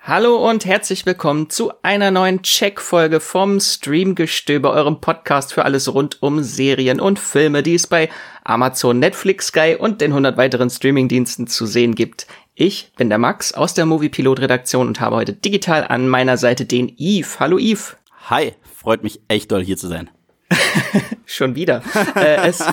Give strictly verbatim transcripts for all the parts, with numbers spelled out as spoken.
Hallo und herzlich willkommen zu einer neuen Check-Folge vom Streamgestöber, eurem Podcast für alles rund um Serien und Filme, die es bei Amazon, Netflix, Sky und den hundert weiteren Streamingdiensten zu sehen gibt. Ich bin der Max aus der Moviepilot-Redaktion und habe heute digital an meiner Seite den Yves. Hallo Yves. Hi, freut mich echt doll hier zu sein. Schon wieder. äh, es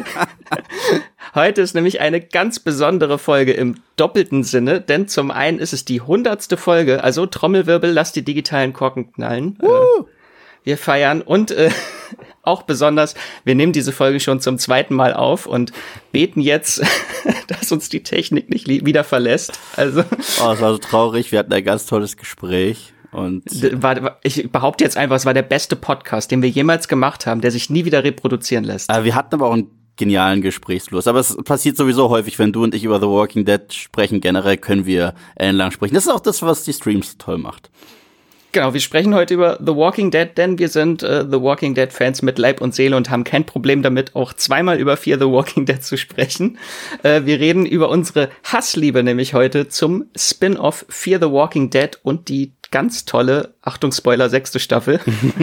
Heute ist nämlich eine ganz besondere Folge im doppelten Sinne, denn zum einen ist es die hundertste Folge, also Trommelwirbel, lasst die digitalen Korken knallen. Uh. Äh, wir feiern und äh, auch besonders, wir nehmen diese Folge schon zum zweiten Mal auf und beten jetzt, dass uns die Technik nicht li- wieder verlässt. Also, oh, es war so traurig, wir hatten ein ganz tolles Gespräch. Und war, ich behaupte jetzt einfach, es war der beste Podcast, den wir jemals gemacht haben, der sich nie wieder reproduzieren lässt. Äh, wir hatten aber auch einen genialen Gesprächsfluss. Aber es passiert sowieso häufig, wenn du und ich über The Walking Dead sprechen. Generell können wir ellenlang sprechen. Das ist auch das, was die Streams toll macht. Genau, wir sprechen heute über The Walking Dead, denn wir sind äh, The Walking Dead Fans mit Leib und Seele und haben kein Problem damit, auch zweimal über Fear the Walking Dead zu sprechen. Äh, wir reden über unsere Hassliebe nämlich heute zum Spin-off Fear the Walking Dead und die ganz tolle, Achtung Spoiler, sechste Staffel.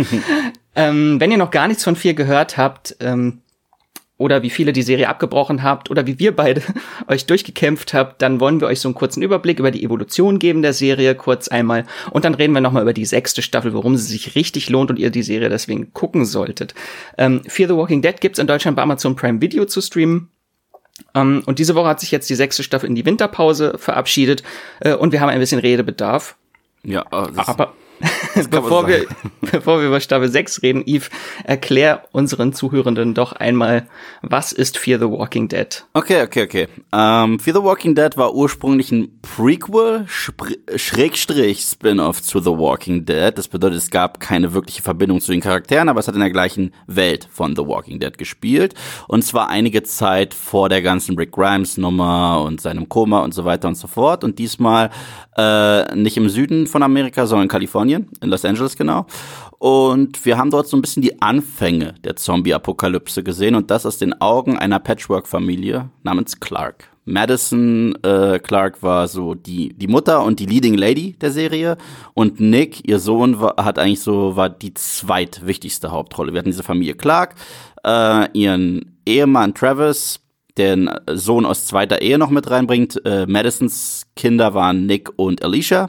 ähm, wenn ihr noch gar nichts von Fear gehört habt, ähm, oder wie viele die Serie abgebrochen habt oder wie wir beide euch durchgekämpft habt, dann wollen wir euch so einen kurzen Überblick über die Evolution geben der Serie, kurz einmal. Und dann reden wir nochmal über die sechste Staffel, warum sie sich richtig lohnt und ihr die Serie deswegen gucken solltet. Ähm, Fear the Walking Dead gibt's in Deutschland bei Amazon Prime Video zu streamen. Ähm, und diese Woche hat sich jetzt die sechste Staffel in die Winterpause verabschiedet. Äh, und wir haben ein bisschen Redebedarf. Ja, oh, das aber bevor wir, bevor wir über Staffel sechs reden, Yves, erklär unseren Zuhörenden doch einmal, was ist Fear the Walking Dead? Okay, okay, okay. Um, Fear the Walking Dead war ursprünglich ein Prequel, Schrägstrich Spin-off zu The Walking Dead. Das bedeutet, es gab keine wirkliche Verbindung zu den Charakteren, aber es hat in der gleichen Welt von The Walking Dead gespielt. Und zwar einige Zeit vor der ganzen Rick Grimes-Nummer und seinem Koma und so weiter und so fort. Und diesmal äh, nicht im Süden von Amerika, sondern in Kalifornien. In Los Angeles, genau. Und wir haben dort so ein bisschen die Anfänge der Zombie-Apokalypse gesehen und das aus den Augen einer Patchwork-Familie namens Clark. Madison äh, Clark war so die die Mutter und die Leading Lady der Serie und Nick, ihr Sohn, war, hat eigentlich so war die zweitwichtigste Hauptrolle. Wir hatten diese Familie Clark, äh, ihren Ehemann Travis, den Sohn aus zweiter Ehe noch mit reinbringt. Äh, Madisons Kinder waren Nick und Alicia.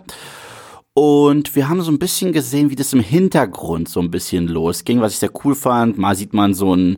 Und wir haben so ein bisschen gesehen, wie das im Hintergrund so ein bisschen losging, was ich sehr cool fand. Mal sieht man so einen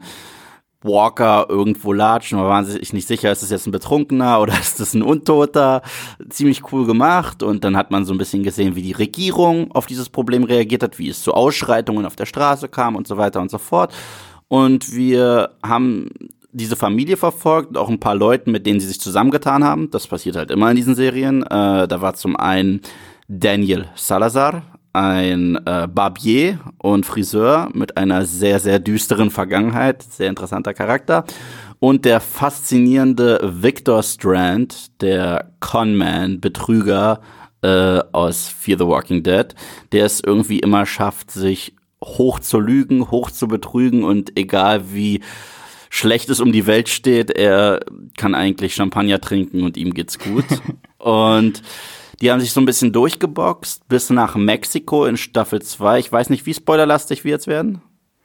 Walker irgendwo latschen, man war sich nicht sicher, ist das jetzt ein Betrunkener oder ist das ein Untoter? Ziemlich cool gemacht. Und dann hat man so ein bisschen gesehen, wie die Regierung auf dieses Problem reagiert hat, wie es zu Ausschreitungen auf der Straße kam und so weiter und so fort. Und wir haben diese Familie verfolgt und auch ein paar Leuten, mit denen sie sich zusammengetan haben. Das passiert halt immer in diesen Serien. Äh, da war zum einen Daniel Salazar, ein äh, Barbier und Friseur mit einer sehr, sehr düsteren Vergangenheit, sehr interessanter Charakter. Und der faszinierende Victor Strand, der Conman, Betrüger äh, aus Fear the Walking Dead, der es irgendwie immer schafft, sich hoch zu lügen, hoch zu betrügen und egal wie schlecht es um die Welt steht, er kann eigentlich Champagner trinken und ihm geht's gut. Und die haben sich so ein bisschen durchgeboxt bis nach Mexiko in Staffel zwei. Ich weiß nicht, wie spoilerlastig wir jetzt werden.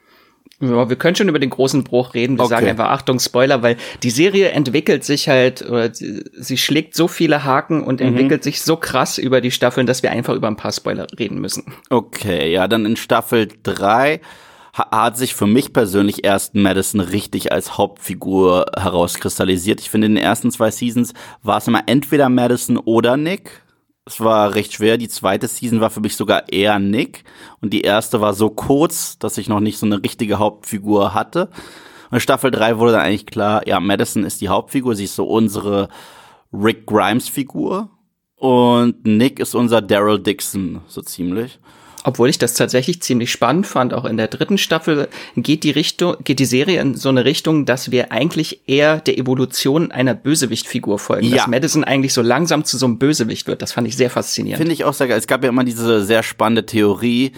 Ja, wir können schon über den großen Bruch reden. Wir okay. sagen einfach Achtung, Spoiler, weil die Serie entwickelt sich halt, oder sie, sie schlägt so viele Haken und mhm. entwickelt sich so krass über die Staffeln, dass wir einfach über ein paar Spoiler reden müssen. Okay, ja, dann in Staffel drei hat sich für mich persönlich erst Madison richtig als Hauptfigur herauskristallisiert. Ich finde, in den ersten zwei Seasons war es immer entweder Madison oder Nick. Es war recht schwer. Die zweite Season war für mich sogar eher Nick. Und die erste war so kurz, dass ich noch nicht so eine richtige Hauptfigur hatte. Und Staffel drei wurde dann eigentlich klar, ja, Madison ist die Hauptfigur. Sie ist so unsere Rick Grimes-Figur. Und Nick ist unser Daryl Dixon, so ziemlich. Obwohl ich das tatsächlich ziemlich spannend fand, auch in der dritten Staffel geht die Richtung, geht die Serie in so eine Richtung, dass wir eigentlich eher der Evolution einer Bösewichtfigur folgen. Ja. Dass Madison eigentlich so langsam zu so einem Bösewicht wird. Das fand ich sehr faszinierend. Finde ich auch sehr geil. Es gab ja immer diese sehr spannende Theorie,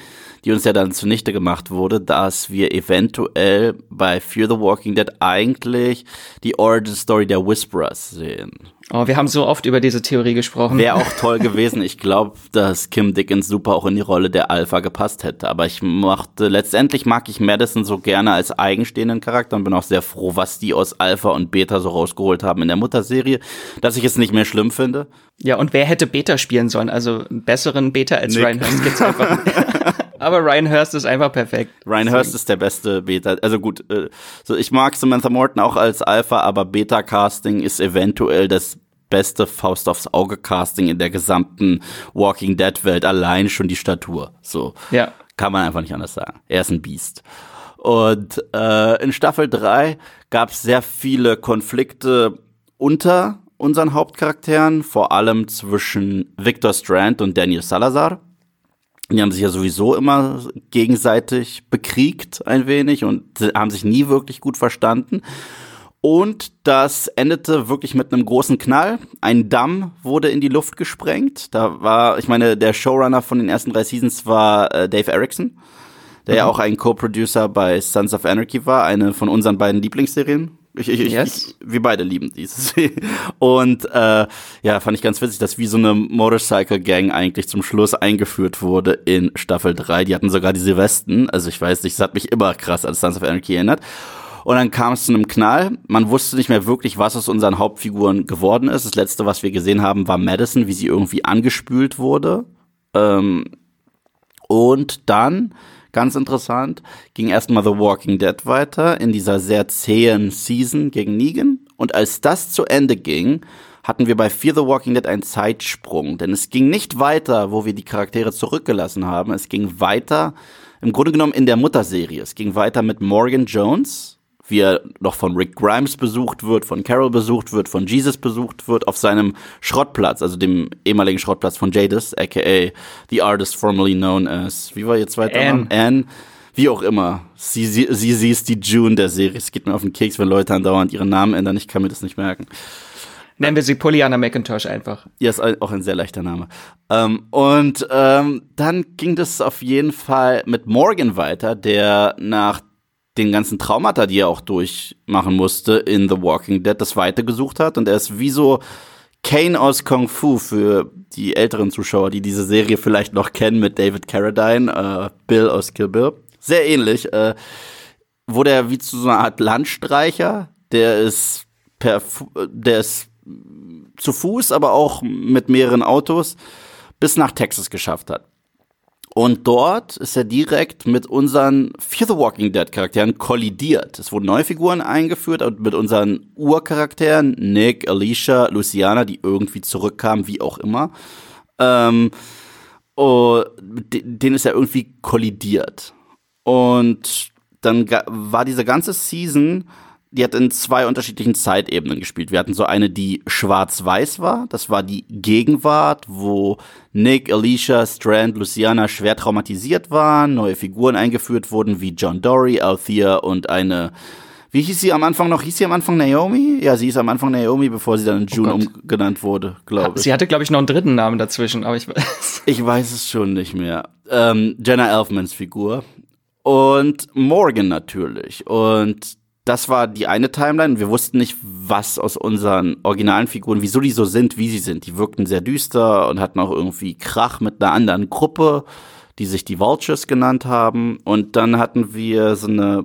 die uns ja dann zunichte gemacht wurde, dass wir eventuell bei Fear the Walking Dead eigentlich die Origin Story der Whisperers sehen. Oh, wir haben so oft über diese Theorie gesprochen. Wäre auch toll gewesen. Ich glaube, dass Kim Dickens super auch in die Rolle der Alpha gepasst hätte. Aber ich mochte, letztendlich mag ich Madison so gerne als eigenstehenden Charakter und bin auch sehr froh, was die aus Alpha und Beta so rausgeholt haben in der Mutterserie, dass ich es nicht mehr schlimm finde. Ja, und wer hätte Beta spielen sollen? Also einen besseren Beta als Nick. Ryan Hurst gibt's einfach nicht. Aber Ryan Hurst ist einfach perfekt. Ryan Hurst ist der beste Beta. Also gut, äh, so ich mag Samantha Morton auch als Alpha, aber Beta-Casting ist eventuell das beste Faust aufs Auge-Casting in der gesamten Walking Dead-Welt. Allein schon die Statur. So. Ja. Kann man einfach nicht anders sagen. Er ist ein Biest. Und äh, in Staffel drei gab es sehr viele Konflikte unter unseren Hauptcharakteren, vor allem zwischen Victor Strand und Daniel Salazar. Die haben sich ja sowieso immer gegenseitig bekriegt ein wenig und haben sich nie wirklich gut verstanden. Und das endete wirklich mit einem großen Knall. Ein Damm wurde in die Luft gesprengt. Da war, ich meine, der Showrunner von den ersten drei Seasons war äh, Dave Erickson, der mhm. ja auch ein Co-Producer bei Sons of Anarchy war, eine von unseren beiden Lieblingsserien. Ich, ich, yes. ich, wir beide lieben dieses. Und äh, ja, fand ich ganz witzig, dass wie so eine Motorcycle-Gang eigentlich zum Schluss eingeführt wurde in Staffel drei. Die hatten sogar diese Westen. Also ich weiß nicht, das hat mich immer krass an Sons of Anarchy erinnert. Und dann kam es zu einem Knall. Man wusste nicht mehr wirklich, was aus unseren Hauptfiguren geworden ist. Das Letzte, was wir gesehen haben, war Madison, wie sie irgendwie angespült wurde. Ähm, und dann, ganz interessant, ging erstmal The Walking Dead weiter in dieser sehr zähen Season gegen Negan. Und als das zu Ende ging, hatten wir bei Fear the Walking Dead einen Zeitsprung. Denn es ging nicht weiter, wo wir die Charaktere zurückgelassen haben. Es ging weiter, im Grunde genommen in der Mutterserie. Es ging weiter mit Morgan Jones, wie er noch von Rick Grimes besucht wird, von Carol besucht wird, von Jesus besucht wird, auf seinem Schrottplatz, also dem ehemaligen Schrottplatz von Jadis, aka the artist formerly known as, wie war ihr zweiter Name? Anne. Wie auch immer. Sie, sie, sie, sie ist die June der Serie. Es geht mir auf den Keks, wenn Leute andauernd ihren Namen ändern. Ich kann mir das nicht merken. Nennen wir sie Pollyanna McIntosh einfach. Ja, ist auch ein sehr leichter Name. Ähm, und ähm, dann ging das auf jeden Fall mit Morgan weiter, der nach den ganzen Traumata, die er auch durchmachen musste in The Walking Dead, das weitergesucht hat. Und er ist wie so Kane aus Kung Fu für die älteren Zuschauer, die diese Serie vielleicht noch kennen mit David Carradine, äh, Bill aus Kill Bill. Sehr ähnlich. Äh, wurde er wie zu so einer Art Landstreicher. Der ist per, der ist zu Fuß, aber auch mit mehreren Autos bis nach Texas geschafft hat. Und dort ist er direkt mit unseren Fear the Walking Dead Charakteren kollidiert. Es wurden neue Figuren eingeführt und mit unseren Urcharakteren, Nick, Alicia, Luciana, die irgendwie zurückkamen, wie auch immer. Ähm, oh, denen ist er irgendwie kollidiert. Und dann war diese ganze Season, die hat in zwei unterschiedlichen Zeitebenen gespielt. Wir hatten so eine, die schwarz-weiß war. Das war die Gegenwart, wo Nick, Alicia, Strand, Luciana schwer traumatisiert waren, neue Figuren eingeführt wurden, wie John Dory, Althea und eine, wie hieß sie am Anfang noch? Hieß sie am Anfang Naomi? Ja, sie ist am Anfang Naomi, bevor sie dann in June oh umgenannt wurde, glaube ich. Sie hatte, glaube ich, noch einen dritten Namen dazwischen, aber ich weiß. Ich weiß es schon nicht mehr. Ähm, Jenna Elfmans Figur. Und Morgan natürlich. Und das war die eine Timeline. Wir wussten nicht, was aus unseren originalen Figuren, wieso die so sind, wie sie sind. Die wirkten sehr düster und hatten auch irgendwie Krach mit einer anderen Gruppe, die sich die Vultures genannt haben. Und dann hatten wir so eine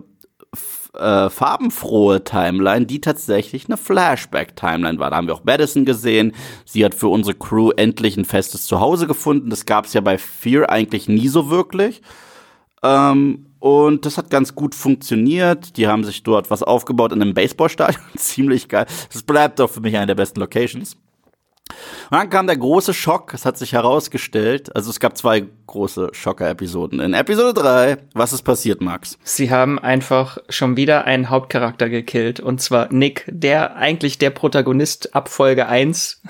äh, farbenfrohe Timeline, die tatsächlich eine Flashback-Timeline war. Da haben wir auch Madison gesehen. Sie hat für unsere Crew endlich ein festes Zuhause gefunden. Das gab es ja bei Fear eigentlich nie so wirklich. Ähm, Und das hat ganz gut funktioniert. Die haben sich dort was aufgebaut in einem Baseballstadion. Ziemlich geil. Das bleibt doch für mich eine der besten Locations. Und dann kam der große Schock. Es hat sich herausgestellt, also es gab zwei große Schocker-Episoden. In Episode drei, was ist passiert, Max? Sie haben einfach schon wieder einen Hauptcharakter gekillt. Und zwar Nick, der eigentlich der Protagonist ab Folge eins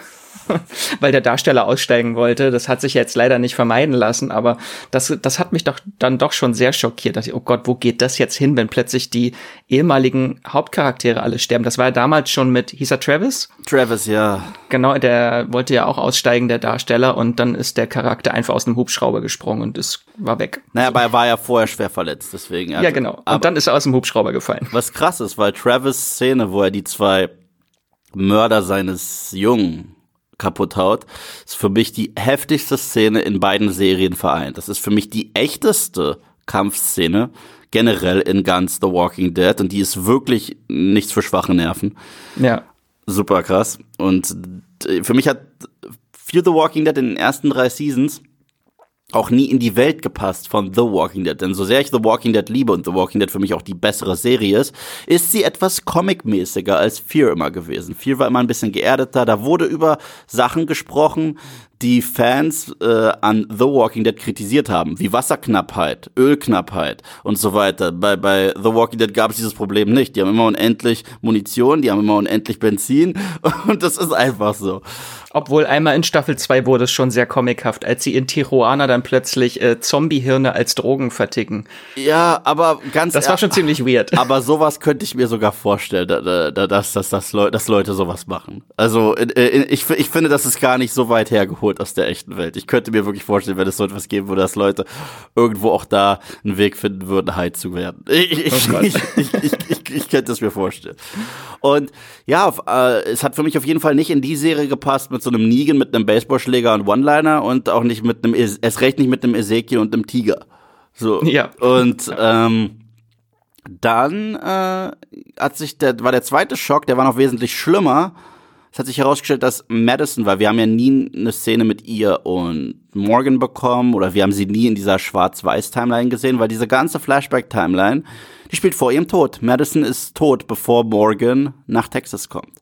weil der Darsteller aussteigen wollte. Das hat sich jetzt leider nicht vermeiden lassen, aber das, das hat mich doch dann doch schon sehr schockiert. Dass ich, oh Gott, wo geht das jetzt hin, wenn plötzlich die ehemaligen Hauptcharaktere alle sterben? Das war ja damals schon mit, hieß er Travis? Travis, ja. Genau, der wollte ja auch aussteigen, der Darsteller, und dann ist der Charakter einfach aus dem Hubschrauber gesprungen und es war weg. Naja, aber er war ja vorher schwer verletzt, deswegen. Ja, genau. Und aber dann ist er aus dem Hubschrauber gefallen. Was krass ist, weil Travis' Szene, wo er die zwei Mörder seines Jungen kaputt haut, ist für mich die heftigste Szene in beiden Serien vereint. Das ist für mich die echteste Kampfszene generell in ganz The Walking Dead und die ist wirklich nichts für schwache Nerven. Ja. Super krass. Und für mich hat Fear the Walking Dead in den ersten drei Seasons auch nie in die Welt gepasst von The Walking Dead. Denn so sehr ich The Walking Dead liebe und The Walking Dead für mich auch die bessere Serie ist, ist sie etwas comic-mäßiger als Fear immer gewesen. Fear war immer ein bisschen geerdeter. Da wurde über Sachen gesprochen, die Fans äh, an The Walking Dead kritisiert haben, wie Wasserknappheit, Ölknappheit und so weiter. Bei, bei The Walking Dead gab es dieses Problem nicht. Die haben immer unendlich Munition, die haben immer unendlich Benzin und das ist einfach so. Obwohl einmal in Staffel zwei wurde es schon sehr comichaft, als sie in Tijuana dann plötzlich äh, Zombie-Hirne als Drogen verticken. Ja, aber ganz Das war schon ziemlich weird. Aber sowas könnte ich mir sogar vorstellen, dass, dass, dass, dass, Leute, dass Leute sowas machen. Also ich, ich finde, das ist gar nicht so weit hergeholt aus der echten Welt. Ich könnte mir wirklich vorstellen, wenn es so etwas geben würde, dass Leute irgendwo auch da einen Weg finden würden, high zu werden. Ich, ich, oh ich, ich, ich, ich, ich könnte es mir vorstellen. Und ja, auf, äh, es hat für mich auf jeden Fall nicht in die Serie gepasst mit so einem Negan, mit einem Baseballschläger und One-Liner und auch nicht mit einem, erst recht nicht mit einem Ezekiel und einem Tiger. So. Ja. Und ähm, dann äh, hat sich der, war der zweite Schock, der war noch wesentlich schlimmer. Es hat sich herausgestellt, dass Madison, weil wir haben ja nie eine Szene mit ihr und Morgan bekommen oder wir haben sie nie in dieser Schwarz-Weiß-Timeline gesehen, weil diese ganze Flashback-Timeline, die spielt vor ihrem Tod. Madison ist tot, bevor Morgan nach Texas kommt.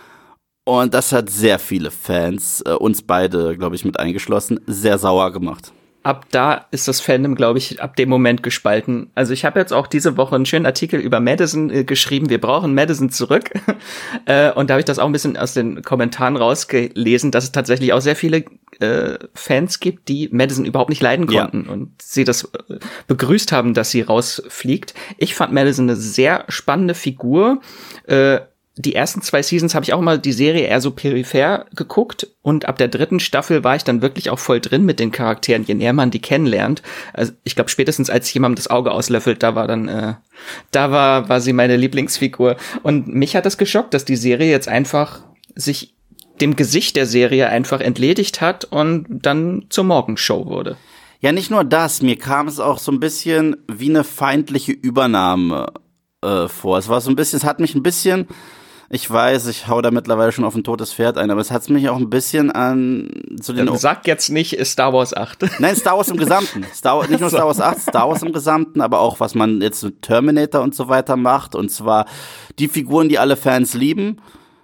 Und das hat sehr viele Fans, äh, uns beide, glaube ich, mit eingeschlossen, sehr sauer gemacht. Ab da ist das Fandom, glaube ich, ab dem Moment gespalten. Also ich habe jetzt auch diese Woche einen schönen Artikel über Madison äh, geschrieben. Wir brauchen Madison zurück. äh, und da habe ich das auch ein bisschen aus den Kommentaren rausgelesen, dass es tatsächlich auch sehr viele äh, Fans gibt, die Madison überhaupt nicht leiden konnten. Ja. Und sie das äh, begrüßt haben, dass sie rausfliegt. Ich fand Madison eine sehr spannende Figur. Äh, Die ersten zwei Seasons habe ich auch mal die Serie eher so peripher geguckt und ab der dritten Staffel war ich dann wirklich auch voll drin mit den Charakteren, je näher man die kennenlernt. Also ich glaube spätestens als jemandem das Auge auslöffelt, da war dann, äh, da war war sie meine Lieblingsfigur. Und mich hat das geschockt, dass die Serie jetzt einfach sich dem Gesicht der Serie einfach entledigt hat und dann zur Morgenshow wurde. Ja, nicht nur das, mir kam es auch so ein bisschen wie eine feindliche Übernahme äh, vor. Es war so ein bisschen, es hat mich ein bisschen Ich weiß, ich hau da mittlerweile schon auf ein totes Pferd ein, aber es hat mich auch ein bisschen an so den. Sag jetzt nicht Star Wars acht. Nein, Star Wars im Gesamten. Star, nicht nur Star Wars acht, Star Wars im Gesamten, aber auch was man jetzt mit Terminator und so weiter macht. Und zwar die Figuren, die alle Fans lieben,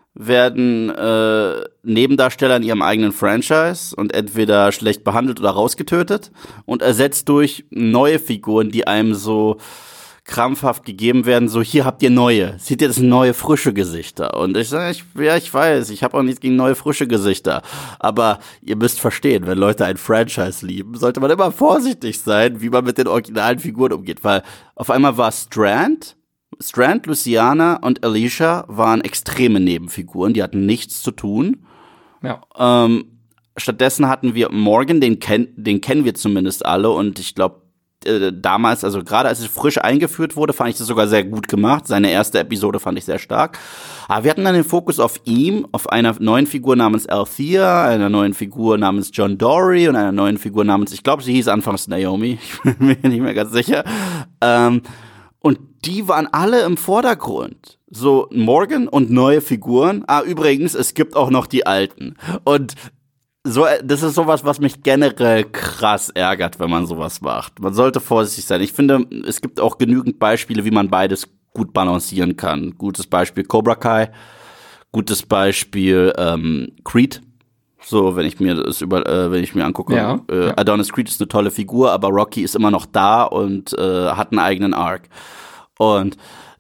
werden äh, Nebendarsteller in ihrem eigenen Franchise und entweder schlecht behandelt oder rausgetötet und ersetzt durch neue Figuren, die einem so krampfhaft gegeben werden, so hier habt ihr neue, seht ihr, das sind neue, frische Gesichter. Und ich sage, ich, ja, ich weiß, ich habe auch nichts gegen neue, frische Gesichter, aber ihr müsst verstehen, wenn Leute ein Franchise lieben, sollte man immer vorsichtig sein, wie man mit den originalen Figuren umgeht, weil auf einmal war Strand, Strand, Luciana und Alicia waren extreme Nebenfiguren, die hatten nichts zu tun. Ja. Ähm, stattdessen hatten wir Morgan, den, kenn, den kennen wir zumindest alle und ich glaube, damals, also gerade als es frisch eingeführt wurde, fand ich das sogar sehr gut gemacht. Seine erste Episode fand ich sehr stark. Aber wir hatten dann den Fokus auf ihm, auf einer neuen Figur namens Althea, einer neuen Figur namens John Dory und einer neuen Figur namens, ich glaube, sie hieß anfangs Naomi, ich bin mir nicht mehr ganz sicher. Ähm, und die waren alle im Vordergrund. So Morgan und neue Figuren. Ah, übrigens, es gibt auch noch die alten. Und So, das ist sowas, was mich generell krass ärgert, wenn man sowas macht. Man sollte vorsichtig sein. Ich finde, es gibt auch genügend Beispiele, wie man beides gut balancieren kann. Gutes Beispiel Cobra Kai, gutes Beispiel ähm, Creed. So, wenn ich mir das über, äh, wenn ich mir angucke, ja, äh, ja. Adonis Creed ist eine tolle Figur, aber Rocky ist immer noch da und äh, hat einen eigenen Arc. Und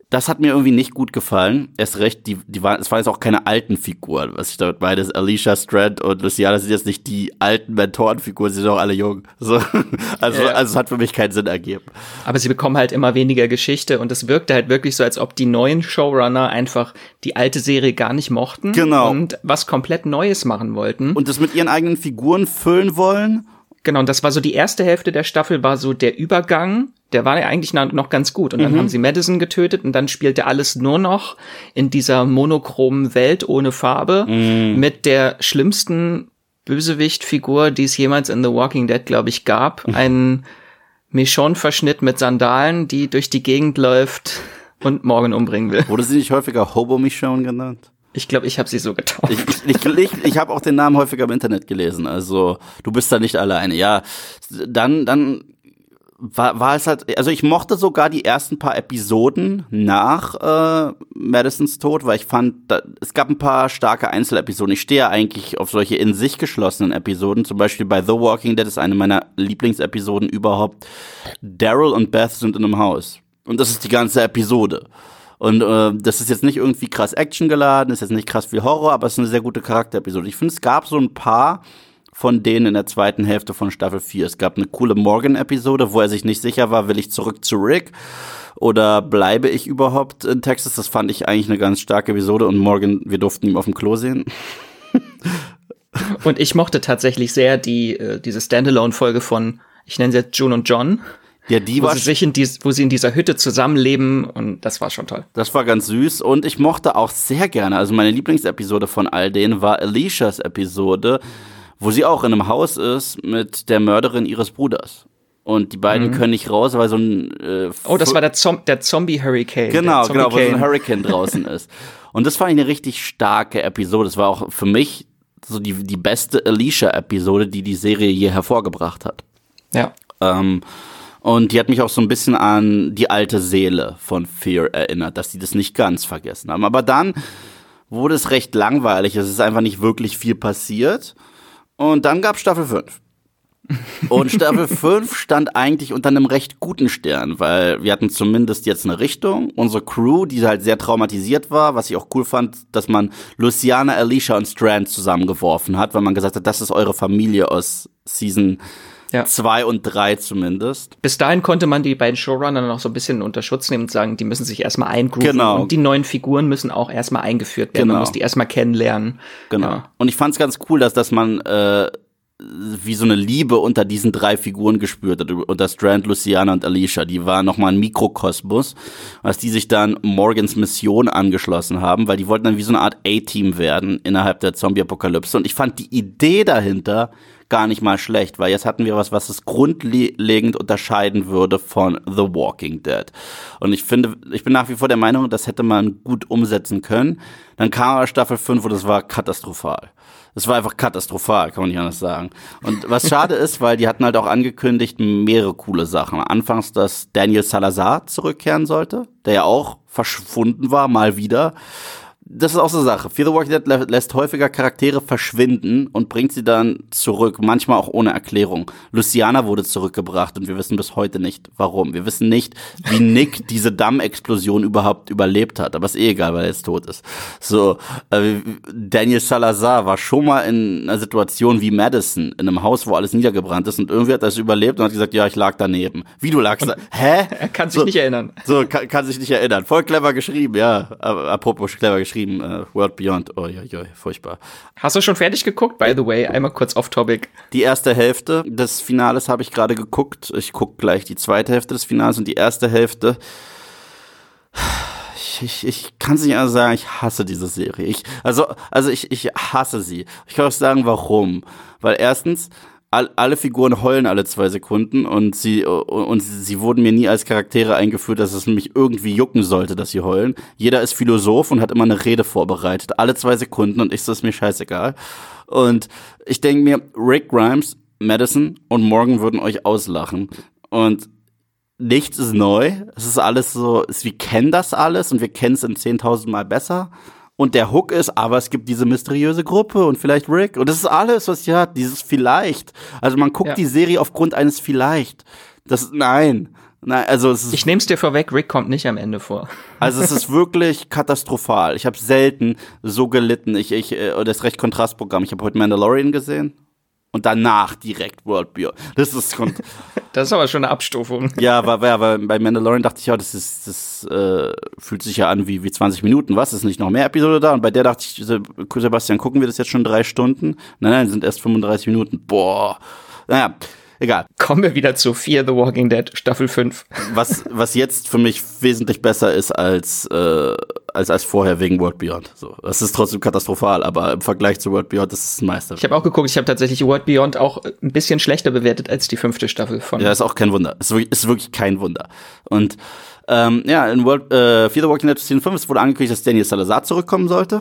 das hat mir irgendwie nicht gut gefallen. Erst recht, die, die war, es war jetzt auch keine alten Figuren, was ich damit meine. Alicia, Strand und Luciana sind jetzt nicht die alten Mentorenfiguren, sie sind auch alle jung. So. Also, ja. also es hat für mich keinen Sinn ergeben. Aber sie bekommen halt immer weniger Geschichte und es wirkte halt wirklich so, als ob die neuen Showrunner einfach die alte Serie gar nicht mochten. Genau. Und was komplett Neues machen wollten. Und das mit ihren eigenen Figuren füllen wollen. Genau, und das war so die erste Hälfte der Staffel, war so der Übergang. Der war ja eigentlich noch ganz gut. Und dann mhm. haben sie Madison getötet und dann spielte alles nur noch in dieser monochromen Welt ohne Farbe mhm. mit der schlimmsten Bösewicht-Figur, die es jemals in The Walking Dead, glaube ich, gab. Ein Michonne-Verschnitt mit Sandalen, die durch die Gegend läuft und Morgan umbringen will. Wurde sie nicht häufiger Hobo-Michonne genannt? Ich glaube, ich habe sie so getauft. Ich, ich, ich, ich habe auch den Namen häufiger im Internet gelesen. Also du bist da nicht alleine. Ja, dann dann war, war es halt, also ich mochte sogar die ersten paar Episoden nach äh, Madisons Tod, weil ich fand, da, es gab ein paar starke Einzelepisoden. Ich stehe ja eigentlich auf solche in sich geschlossenen Episoden. Zum Beispiel bei The Walking Dead ist eine meiner Lieblingsepisoden überhaupt. Daryl und Beth sind in einem Haus. Und das ist die ganze Episode. Und äh, das ist jetzt nicht irgendwie krass actiongeladen, ist jetzt nicht krass viel Horror, aber es ist eine sehr gute Charakterepisode. Ich finde, es gab so ein paar von denen in der zweiten Hälfte von Staffel vier. Es gab eine coole Morgan-Episode, wo er sich nicht sicher war, will ich zurück zu Rick oder bleibe ich überhaupt in Texas? Das fand ich eigentlich eine ganz starke Episode und Morgan, wir durften ihn auf dem Klo sehen. Und ich mochte tatsächlich sehr die äh, diese Standalone-Folge von, ich nenne sie jetzt June und John. Ja, die wo war sie sich in dies, wo sie in dieser Hütte zusammenleben und das war schon toll. Das war ganz süß und ich mochte auch sehr gerne, also meine Lieblingsepisode von all denen war Alicias Episode, wo sie auch in einem Haus ist mit der Mörderin ihres Bruders. Und die beiden mhm. können nicht raus, weil so ein äh, Oh, das war der, Zom- der Zombie-Hurricane. Genau, Zombie genau, wo so ein Hurricane draußen ist. Und das fand ich eine richtig starke Episode. Das war auch für mich so die, die beste Alicia-Episode, die die Serie je hervorgebracht hat. Ja. Ähm, Und die hat mich auch so ein bisschen an die alte Seele von Fear erinnert, dass die das nicht ganz vergessen haben. Aber dann wurde es recht langweilig. Es ist einfach nicht wirklich viel passiert. Und dann gab Staffel fünf. Und Staffel fünf stand eigentlich unter einem recht guten Stern, weil wir hatten zumindest jetzt eine Richtung. Unsere Crew, die halt sehr traumatisiert war, was ich auch cool fand, dass man Luciana, Alicia und Strand zusammengeworfen hat, weil man gesagt hat, das ist eure Familie aus Season Ja. Zwei und drei zumindest. Bis dahin konnte man die beiden Showrunner noch so ein bisschen unter Schutz nehmen und sagen, die müssen sich erstmal eingrooven. Genau. Und die neuen Figuren müssen auch erstmal eingeführt werden. Genau. Man muss die erstmal kennenlernen. Genau. Ja. Und ich fand es ganz cool, dass, dass man äh, wie so eine Liebe unter diesen drei Figuren gespürt hat. Unter Strand, Luciana und Alicia. Die war nochmal ein Mikrokosmos. Dass die sich dann Morgans Mission angeschlossen haben, weil die wollten dann wie so eine Art A-Team werden innerhalb der Zombie-Apokalypse. Und ich fand die Idee dahinter gar nicht mal schlecht, weil jetzt hatten wir was, was es grundlegend unterscheiden würde von The Walking Dead. Und ich finde, ich bin nach wie vor der Meinung, das hätte man gut umsetzen können. Dann kam aber Staffel fünf und es war katastrophal. Es war einfach katastrophal, kann man nicht anders sagen. Und was schade ist, weil die hatten halt auch angekündigt mehrere coole Sachen. Anfangs, dass Daniel Salazar zurückkehren sollte, der ja auch verschwunden war, mal wieder. Das ist auch so eine Sache. Fear the Walking Dead lä- lässt häufiger Charaktere verschwinden und bringt sie dann zurück, manchmal auch ohne Erklärung. Luciana wurde zurückgebracht und wir wissen bis heute nicht, warum. Wir wissen nicht, wie Nick diese Dammexplosion überhaupt überlebt hat, aber ist eh egal, weil er jetzt tot ist. So, äh, Daniel Salazar war schon mal in einer Situation wie Madison, in einem Haus, wo alles niedergebrannt ist und irgendwie hat er es überlebt und hat gesagt, ja, ich lag daneben. Wie, du lagst da? Hä? Er kann sich so, nicht erinnern. So, kann, kann sich nicht erinnern. Voll clever geschrieben, ja. Apropos clever geschrieben. Uh, World Beyond, oh ja, ja, furchtbar. Hast du schon fertig geguckt? By the way, einmal kurz off-topic. Die erste Hälfte des Finales habe ich gerade geguckt. Ich gucke gleich die zweite Hälfte des Finales und die erste Hälfte. Ich, ich, ich kann es nicht anders sagen, ich hasse diese Serie. Ich, also, also ich, ich hasse sie. Ich kann auch sagen, warum. Weil erstens, all, alle Figuren heulen alle zwei Sekunden und sie und sie wurden mir nie als Charaktere eingeführt, dass es mich irgendwie jucken sollte, dass sie heulen. Jeder ist Philosoph und hat immer eine Rede vorbereitet, alle zwei Sekunden und ich so, ist mir scheißegal. Und ich denke mir, Rick Grimes, Madison und Morgan würden euch auslachen und nichts ist neu. Es ist alles so, wir kennen das alles und wir kennen es in zehntausend Mal besser. Und der Hook ist, aber es gibt diese mysteriöse Gruppe und vielleicht Rick. Und das ist alles, was sie hat, dieses vielleicht. Also man guckt ja. die Serie aufgrund eines vielleicht. Das, nein, Nein, also es ist, ich nehm's dir vorweg, Rick kommt nicht am Ende vor. Also es ist wirklich katastrophal. Ich habe selten so gelitten. Ich, ich, das ist recht Kontrastprogramm. Ich habe heute Mandalorian gesehen und danach direkt World Beyond. Das ist das ist aber schon eine Abstufung. Ja, weil, weil bei Mandalorian dachte ich, ja, das ist, das äh, fühlt sich ja an wie, wie zwanzig Minuten. Was? Ist nicht noch mehr Episode da? Und bei der dachte ich, Sebastian, gucken wir das jetzt schon drei Stunden? Nein, nein, sind erst fünfunddreißig Minuten. Boah. Naja. Egal. Kommen wir wieder zu Fear the Walking Dead, Staffel fünf. Was, was jetzt für mich wesentlich besser ist als, äh, als, als vorher wegen World Beyond. So, das ist trotzdem katastrophal, aber im Vergleich zu World Beyond, das ist ein Meister. Ich habe auch geguckt, ich habe tatsächlich World Beyond auch ein bisschen schlechter bewertet als die fünfte Staffel von. Ja, ist auch kein Wunder. Ist wirklich, ist wirklich kein Wunder. Und, ähm, ja, in World, äh, Fear the Walking Dead Season fünf, es wurde angekündigt, dass Daniel Salazar zurückkommen sollte.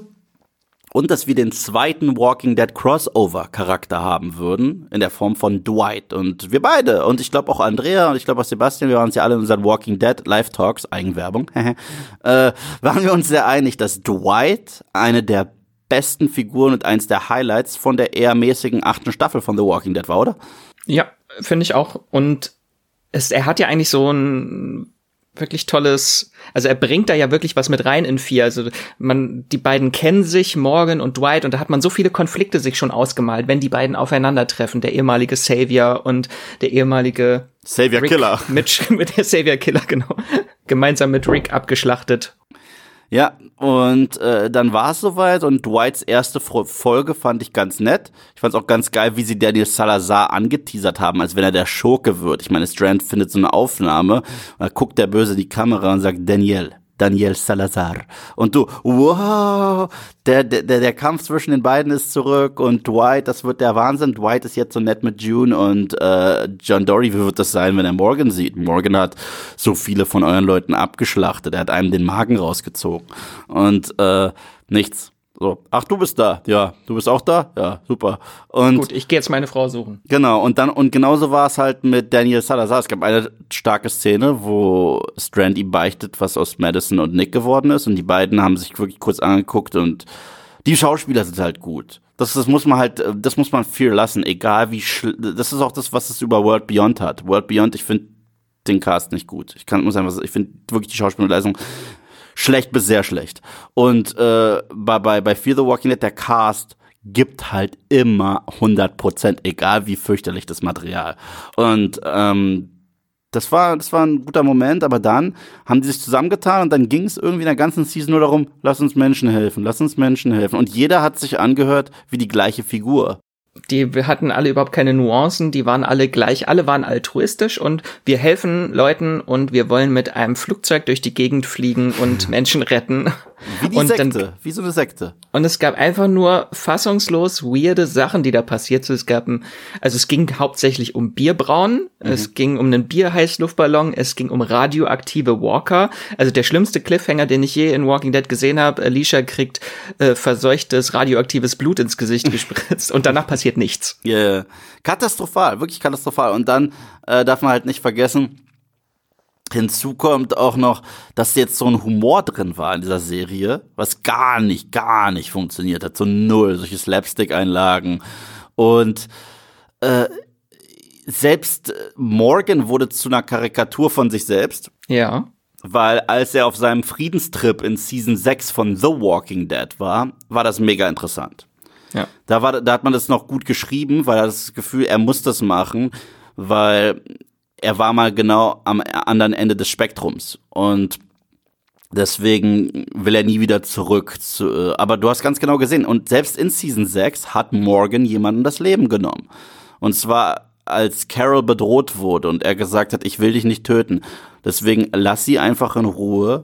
Und dass wir den zweiten Walking Dead Crossover-Charakter haben würden, in der Form von Dwight. Und wir beide, und ich glaube auch Andrea und ich glaube auch Sebastian, wir waren uns ja alle in unseren Walking Dead Live-Talks, Eigenwerbung, äh, waren wir uns sehr einig, dass Dwight eine der besten Figuren und eins der Highlights von der eher mäßigen achten Staffel von The Walking Dead war, oder? Ja, finde ich auch. Und es, er hat ja eigentlich so ein wirklich tolles, also er bringt da ja wirklich was mit rein in Fear. Also man, die beiden kennen sich, Morgan und Dwight, und da hat man so viele Konflikte sich schon ausgemalt, wenn die beiden aufeinandertreffen, der ehemalige Savior und der ehemalige Savior Rick Killer. Mit, mit der Savior Killer, genau. Gemeinsam mit Rick abgeschlachtet. Ja, und äh, dann war es soweit und Dwights erste Folge fand ich ganz nett. Ich fand es auch ganz geil, wie sie Daniel Salazar angeteasert haben, als wenn er der Schurke wird. Ich meine, Strand findet so eine Aufnahme und da guckt der Böse die Kamera und sagt, Daniel, Daniel Salazar. Und du, wow, der, der, der Kampf zwischen den beiden ist zurück und Dwight, das wird der Wahnsinn. Dwight ist jetzt so nett mit June und äh, John Dory, wie wird das sein, wenn er Morgan sieht? Morgan hat so viele von euren Leuten abgeschlachtet, er hat einem den Magen rausgezogen und äh, nichts. So, ach, du bist da. Ja, du bist auch da? Ja, super. Und gut, ich gehe jetzt meine Frau suchen. Genau, und dann und genauso war es halt mit Daniel Salazar. Es gab eine starke Szene, wo Strand ihm beichtet, was aus Madison und Nick geworden ist, und die beiden haben sich wirklich kurz angeguckt und die Schauspieler sind halt gut. Das, das muss man halt, das muss man viel lassen, egal wie schl- das ist auch das, was es über World Beyond hat. World Beyond, ich finde den Cast nicht gut. Ich kann muss einfach sagen, ich finde wirklich die Schauspielleistung schlecht bis sehr schlecht. Und äh, bei, bei, bei Fear the Walking Dead, der Cast gibt halt immer hundert Prozent, egal wie fürchterlich das Material. Und ähm, das war, das war ein guter Moment, aber dann haben die sich zusammengetan und dann ging es irgendwie in der ganzen Season nur darum, lass uns Menschen helfen, lass uns Menschen helfen. Und jeder hat sich angehört wie die gleiche Figur. Die hatten alle überhaupt keine Nuancen, die waren alle gleich, alle waren altruistisch und wir helfen Leuten und wir wollen mit einem Flugzeug durch die Gegend fliegen und Menschen retten. Wie die und Sekte, dann, wie so eine Sekte. Und es gab einfach nur fassungslos weirde Sachen, die da passiert sind. Es gab ein, also es ging hauptsächlich um Bierbrauen, mhm. es ging um einen Bierheißluftballon, es ging um radioaktive Walker. Also der schlimmste Cliffhanger, den ich je in Walking Dead gesehen habe. Alicia kriegt äh, verseuchtes radioaktives Blut ins Gesicht gespritzt und danach passiert nichts. Ja, yeah. Katastrophal, wirklich katastrophal. Und dann äh, darf man halt nicht vergessen, hinzu kommt auch noch, dass jetzt so ein Humor drin war in dieser Serie, was gar nicht, gar nicht funktioniert hat. So null, solche Slapstick-Einlagen. Und äh, selbst Morgan wurde zu einer Karikatur von sich selbst. Ja. Weil als er auf seinem Friedenstrip in Season sechs von The Walking Dead war, war das mega interessant. Ja. Da war, da hat man das noch gut geschrieben, weil er das Gefühl, er muss das machen, weil er war mal genau am anderen Ende des Spektrums und deswegen will er nie wieder zurück zu, aber du hast ganz genau gesehen und selbst in Season sechs hat Morgan jemanden das Leben genommen. Und zwar als Carol bedroht wurde und er gesagt hat, ich will dich nicht töten. Deswegen lass sie einfach in Ruhe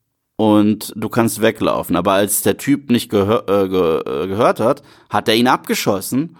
und du kannst weglaufen. Aber als der Typ nicht gehör, äh, ge, äh, gehört hat, hat er ihn abgeschossen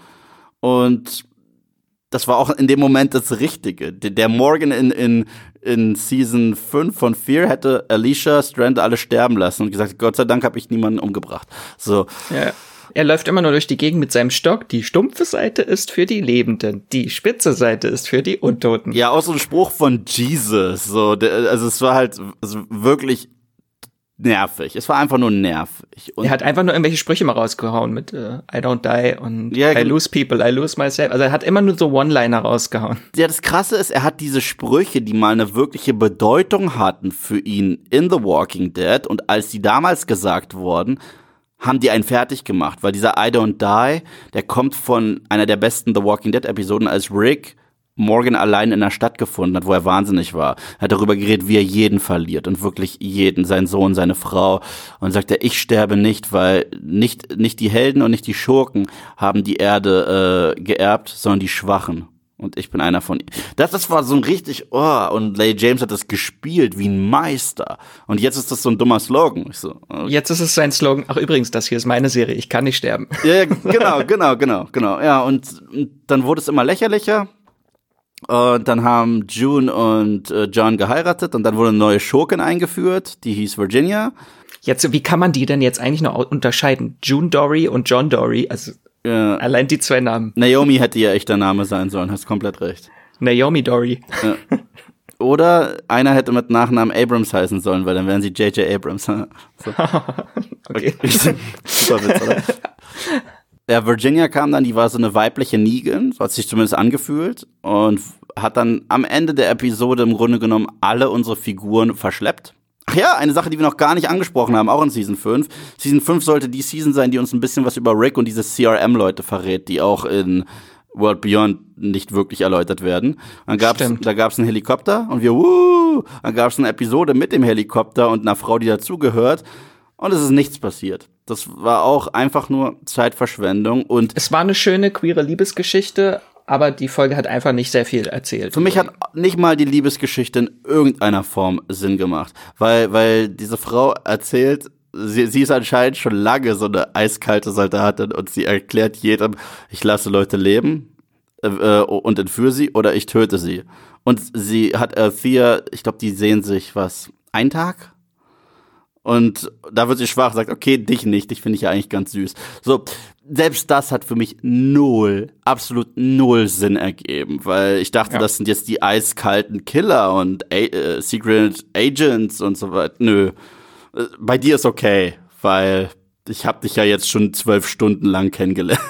und das war auch in dem Moment das Richtige. Der Morgan in, in, in Season fünf von Fear hätte Alicia, Strand alle sterben lassen und gesagt, Gott sei Dank habe ich niemanden umgebracht. So. Ja. Er läuft immer nur durch die Gegend mit seinem Stock. Die stumpfe Seite ist für die Lebenden. Die spitze Seite ist für die Untoten. Ja, auch so ein Spruch von Jesus. So, der, also es war halt also wirklich nervig. Es war einfach nur nervig. Und er hat einfach nur irgendwelche Sprüche mal rausgehauen mit äh, I don't die und ja, I lose people, I lose myself. Also er hat immer nur so One-Liner rausgehauen. Ja, das Krasse ist, er hat diese Sprüche, die mal eine wirkliche Bedeutung hatten für ihn in The Walking Dead, und als die damals gesagt wurden, haben die einen fertig gemacht, weil dieser I don't die, der kommt von einer der besten The Walking Dead Episoden, als Rick Morgan allein in der Stadt gefunden hat, wo er wahnsinnig war. Er hat darüber geredet, wie er jeden verliert und wirklich jeden, seinen Sohn, seine Frau, und sagt er, ich sterbe nicht, weil nicht nicht die Helden und nicht die Schurken haben die Erde äh, geerbt, sondern die Schwachen. Und ich bin einer von ihnen. Das, das war so ein richtig, oh, und Lady James hat das gespielt wie ein Meister. Und jetzt ist das so ein dummer Slogan. Ich so, okay. Jetzt ist es sein Slogan, ach übrigens, das hier ist meine Serie, ich kann nicht sterben. Ja, genau, genau, genau, genau. Ja, und, und dann wurde es immer lächerlicher. Und dann haben June und äh, John geheiratet und dann wurde eine neue Schurkin eingeführt, die hieß Virginia. Jetzt, wie kann man die denn jetzt eigentlich noch unterscheiden? June Dory und John Dory, also ja. Allein die zwei Namen. Naomi hätte ja echt der Name sein sollen, hast komplett recht. Naomi Dory. Ja. Oder einer hätte mit Nachnamen Abrams heißen sollen, weil dann wären sie J J Abrams. So. Okay. Super Witz, oder? Ja, Virginia kam dann, die war so eine weibliche Negan, so hat sich zumindest angefühlt, und hat dann am Ende der Episode im Grunde genommen alle unsere Figuren verschleppt. Ach ja, eine Sache, die wir noch gar nicht angesprochen haben, auch in Season fünf. Season fünf sollte die Season sein, die uns ein bisschen was über Rick und diese C R M-Leute verrät, die auch in World Beyond nicht wirklich erläutert werden. Dann gab's, da gab's einen Helikopter und wir, wuh, dann gab's eine Episode mit dem Helikopter und einer Frau, die dazugehört, und es ist nichts passiert. Das war auch einfach nur Zeitverschwendung. Und es war eine schöne queere Liebesgeschichte, aber die Folge hat einfach nicht sehr viel erzählt. Für mich hat nicht mal die Liebesgeschichte in irgendeiner Form Sinn gemacht. Weil, weil diese Frau erzählt, sie, sie ist anscheinend schon lange so eine eiskalte Soldatin, und sie erklärt jedem, ich lasse Leute leben äh, und entführe sie oder ich töte sie. Und sie hat äh, Thea, ich glaube, die sehen sich, was, einen Tag? Und da wird sie schwach, sagt, okay, dich nicht, dich finde ich ja eigentlich ganz süß. So, selbst das hat für mich null, absolut null Sinn ergeben, weil ich dachte, ja. das sind jetzt die eiskalten Killer und äh, Secret Agents und so weiter. Nö, bei dir ist okay, weil ich habe dich ja jetzt schon zwölf Stunden lang kennengelernt.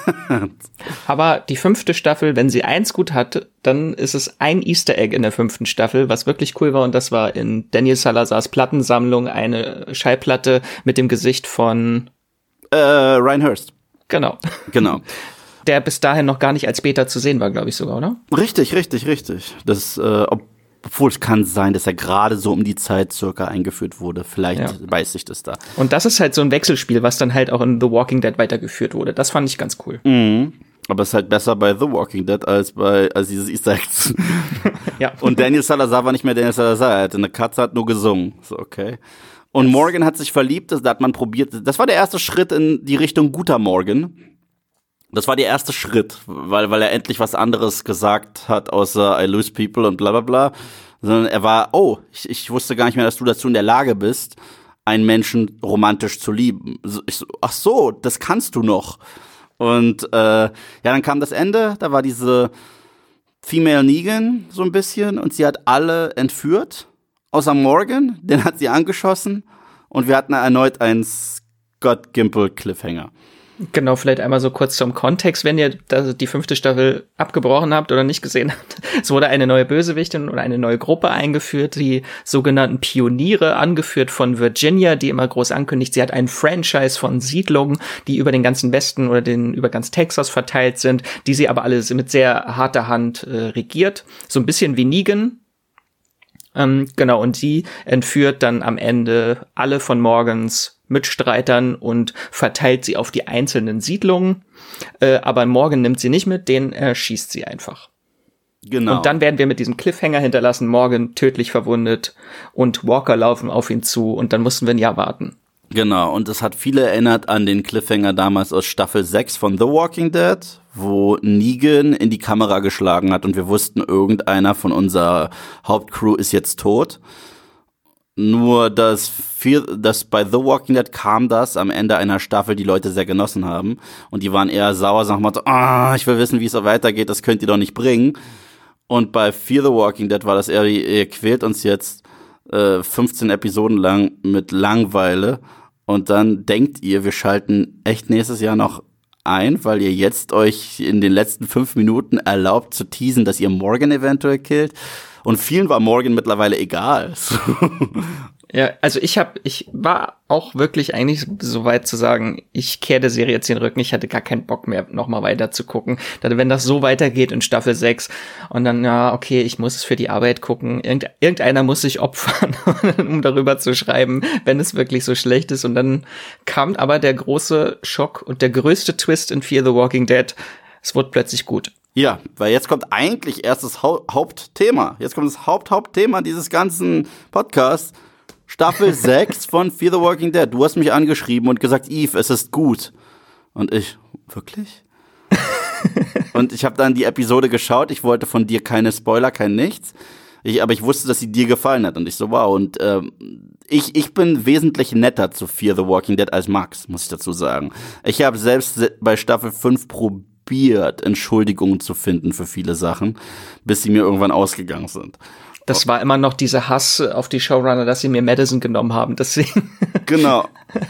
Aber die fünfte Staffel, wenn sie eins gut hat, dann ist es ein Easter Egg in der fünften Staffel, was wirklich cool war. Und das war in Daniel Salazars Plattensammlung eine Schallplatte mit dem Gesicht von äh, Ryan Hurst. Genau. Genau. Der bis dahin noch gar nicht als Beta zu sehen war, glaube ich sogar, oder? Richtig, richtig, richtig. Das, äh, ob Obwohl es kann sein, dass er gerade so um die Zeit circa eingeführt wurde. Vielleicht ja. weiß ich das da. Und das ist halt so ein Wechselspiel, was dann halt auch in The Walking Dead weitergeführt wurde. Das fand ich ganz cool. Mhm. Aber es ist halt besser bei The Walking Dead als bei als dieses Easter Egg. Ja. Und Daniel Salazar war nicht mehr Daniel Salazar. Er hatte eine Katze, hat nur gesungen. So, okay. Und yes. Morgan hat sich verliebt. Das hat man probiert. Das war der erste Schritt in die Richtung guter Morgan. Das war der erste Schritt, weil weil er endlich was anderes gesagt hat, außer I lose people und bla bla bla. Sondern er war, oh, ich, ich wusste gar nicht mehr, dass du dazu in der Lage bist, einen Menschen romantisch zu lieben. Ich so, ach so, das kannst du noch. Und äh, ja, dann kam das Ende, da war diese Female Negan so ein bisschen, und sie hat alle entführt, außer Morgan, den hat sie angeschossen, und wir hatten erneut einen Scott Gimple Cliffhanger. Genau, vielleicht einmal so kurz zum Kontext, wenn ihr die fünfte Staffel abgebrochen habt oder nicht gesehen habt. Es wurde eine neue Bösewichtin oder eine neue Gruppe eingeführt, die sogenannten Pioniere, angeführt von Virginia, die immer groß ankündigt, sie hat einen Franchise von Siedlungen, die über den ganzen Westen oder den über ganz Texas verteilt sind, die sie aber alle mit sehr harter Hand äh, regiert. So ein bisschen wie Negan. Ähm, genau, und sie entführt dann am Ende alle von Morgans Mitstreitern und verteilt sie auf die einzelnen Siedlungen. Äh, aber Morgan nimmt sie nicht mit, den erschießt sie einfach. Genau. Und dann werden wir mit diesem Cliffhanger hinterlassen, Morgan tödlich verwundet und Walker laufen auf ihn zu, und dann mussten wir ein Jahr warten. Genau, und es hat viele erinnert an den Cliffhanger damals aus Staffel sechs von The Walking Dead, wo Negan in die Kamera geschlagen hat und wir wussten, irgendeiner von unserer Hauptcrew ist jetzt tot. Nur, dass, viel, dass bei The Walking Dead kam das am Ende einer Staffel, die Leute sehr genossen haben. Und die waren eher sauer, sagen mal so, ah, ich will wissen, wie es so weitergeht, das könnt ihr doch nicht bringen. Und bei Fear the Walking Dead war das eher, ihr quält uns jetzt äh, fünfzehn Episoden lang mit Langweile und dann denkt ihr, wir schalten echt nächstes Jahr noch ein, weil ihr jetzt euch in den letzten fünf Minuten erlaubt zu teasen, dass ihr Morgan eventuell killt. Und vielen war Morgan mittlerweile egal. Ja, also ich habe, ich war auch wirklich eigentlich so weit zu sagen, ich kehre der Serie jetzt den Rücken, ich hatte gar keinen Bock mehr, nochmal weiter zu gucken. Wenn das so weitergeht in Staffel sechs und dann, ja, okay, ich muss es für die Arbeit gucken, Irgend, irgendeiner muss sich opfern, um darüber zu schreiben, wenn es wirklich so schlecht ist. Und dann kam aber der große Schock und der größte Twist in Fear the Walking Dead, es wurde plötzlich gut. Ja, weil jetzt kommt eigentlich erst das Hau- Hauptthema. Jetzt kommt das Haupt-Hauptthema dieses ganzen Podcasts. Staffel sechs von Fear the Walking Dead. Du hast mich angeschrieben und gesagt, Eve, es ist gut. Und ich, wirklich? Und ich habe dann die Episode geschaut. Ich wollte von dir keine Spoiler, kein nichts. Ich, aber ich wusste, dass sie dir gefallen hat. Und ich so, wow. Und ähm, ich, ich bin wesentlich netter zu Fear the Walking Dead als Max, muss ich dazu sagen. Ich habe selbst bei Staffel fünf probiert, Entschuldigungen zu finden für viele Sachen, bis sie mir irgendwann ausgegangen sind. Das war immer noch dieser Hass auf die Showrunner, dass sie mir Madison genommen haben, deswegen. Genau.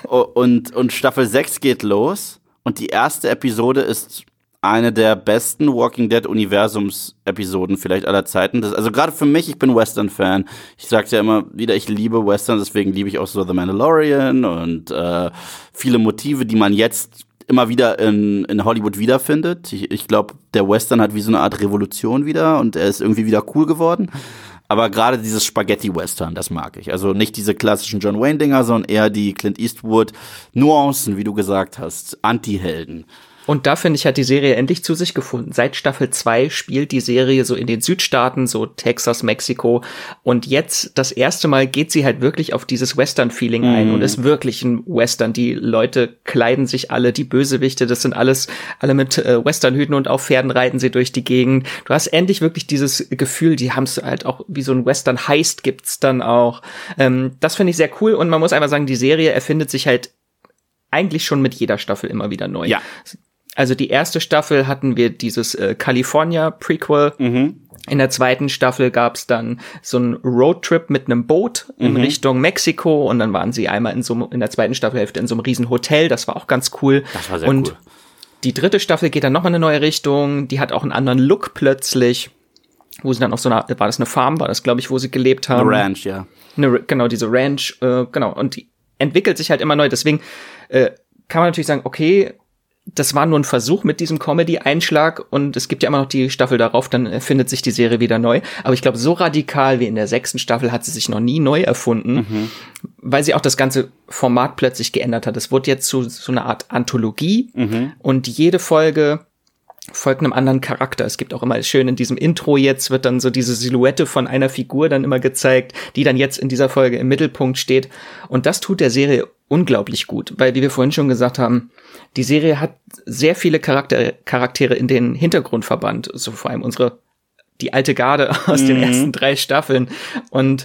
Und, und Staffel sechs geht los und die erste Episode ist eine der besten Walking Dead Universums-Episoden vielleicht aller Zeiten. Das, also gerade für mich, ich bin Western-Fan. Ich sag's ja immer wieder, ich liebe Western, deswegen liebe ich auch so The Mandalorian und äh, viele Motive, die man jetzt immer wieder in, in Hollywood wiederfindet. Ich, ich glaube, der Western hat wie so eine Art Revolution wieder und er ist irgendwie wieder cool geworden. Aber gerade dieses Spaghetti-Western, das mag ich. Also nicht diese klassischen John Wayne-Dinger, sondern eher die Clint Eastwood-Nuancen, wie du gesagt hast, Anti-Helden. Und da, finde ich, hat die Serie endlich zu sich gefunden. Seit Staffel zwei spielt die Serie so in den Südstaaten, so Texas, Mexiko. Und jetzt, das erste Mal, geht sie halt wirklich auf dieses Western-Feeling mm. ein und ist wirklich ein Western. Die Leute kleiden sich alle, die Bösewichte, das sind alles, alle mit äh, Westernhüten und auf Pferden reiten sie durch die Gegend. Du hast endlich wirklich dieses Gefühl, die haben es halt auch, wie so ein Western-Heist gibt's dann auch. Ähm, das finde ich sehr cool und man muss einfach sagen, die Serie erfindet sich halt eigentlich schon mit jeder Staffel immer wieder neu. Ja. Also die erste Staffel hatten wir dieses äh, California-Prequel. Mhm. In der zweiten Staffel gab's dann so einen Roadtrip mit einem Boot in mhm. Richtung Mexiko. Und dann waren sie einmal in so in der zweiten Staffelhälfte in so einem riesen Hotel. Das war auch ganz cool. Das war sehr und cool. Die dritte Staffel geht dann nochmal in eine neue Richtung. Die hat auch einen anderen Look plötzlich. Wo sie dann auf so einer, war das eine Farm? War das, glaube ich, wo sie gelebt haben? Eine Ranch, ja. Eine, genau, diese Ranch. Äh, genau. Und die entwickelt sich halt immer neu. Deswegen äh, kann man natürlich sagen, okay, das war nur ein Versuch mit diesem Comedy-Einschlag und es gibt ja immer noch die Staffel darauf, dann findet sich die Serie wieder neu. Aber ich glaube, so radikal wie in der sechsten Staffel hat sie sich noch nie neu erfunden, mhm. weil sie auch das ganze Format plötzlich geändert hat. Es wurde jetzt zu so einer Art Anthologie mhm. und jede Folge folgt einem anderen Charakter. Es gibt auch immer schön in diesem Intro jetzt wird dann so diese Silhouette von einer Figur dann immer gezeigt, die dann jetzt in dieser Folge im Mittelpunkt steht. Und das tut der Serie unglaublich gut, weil, wie wir vorhin schon gesagt haben, die Serie hat sehr viele Charakter- Charaktere in den Hintergrund verbannt. So vor allem unsere, die alte Garde aus mhm. den ersten drei Staffeln. Und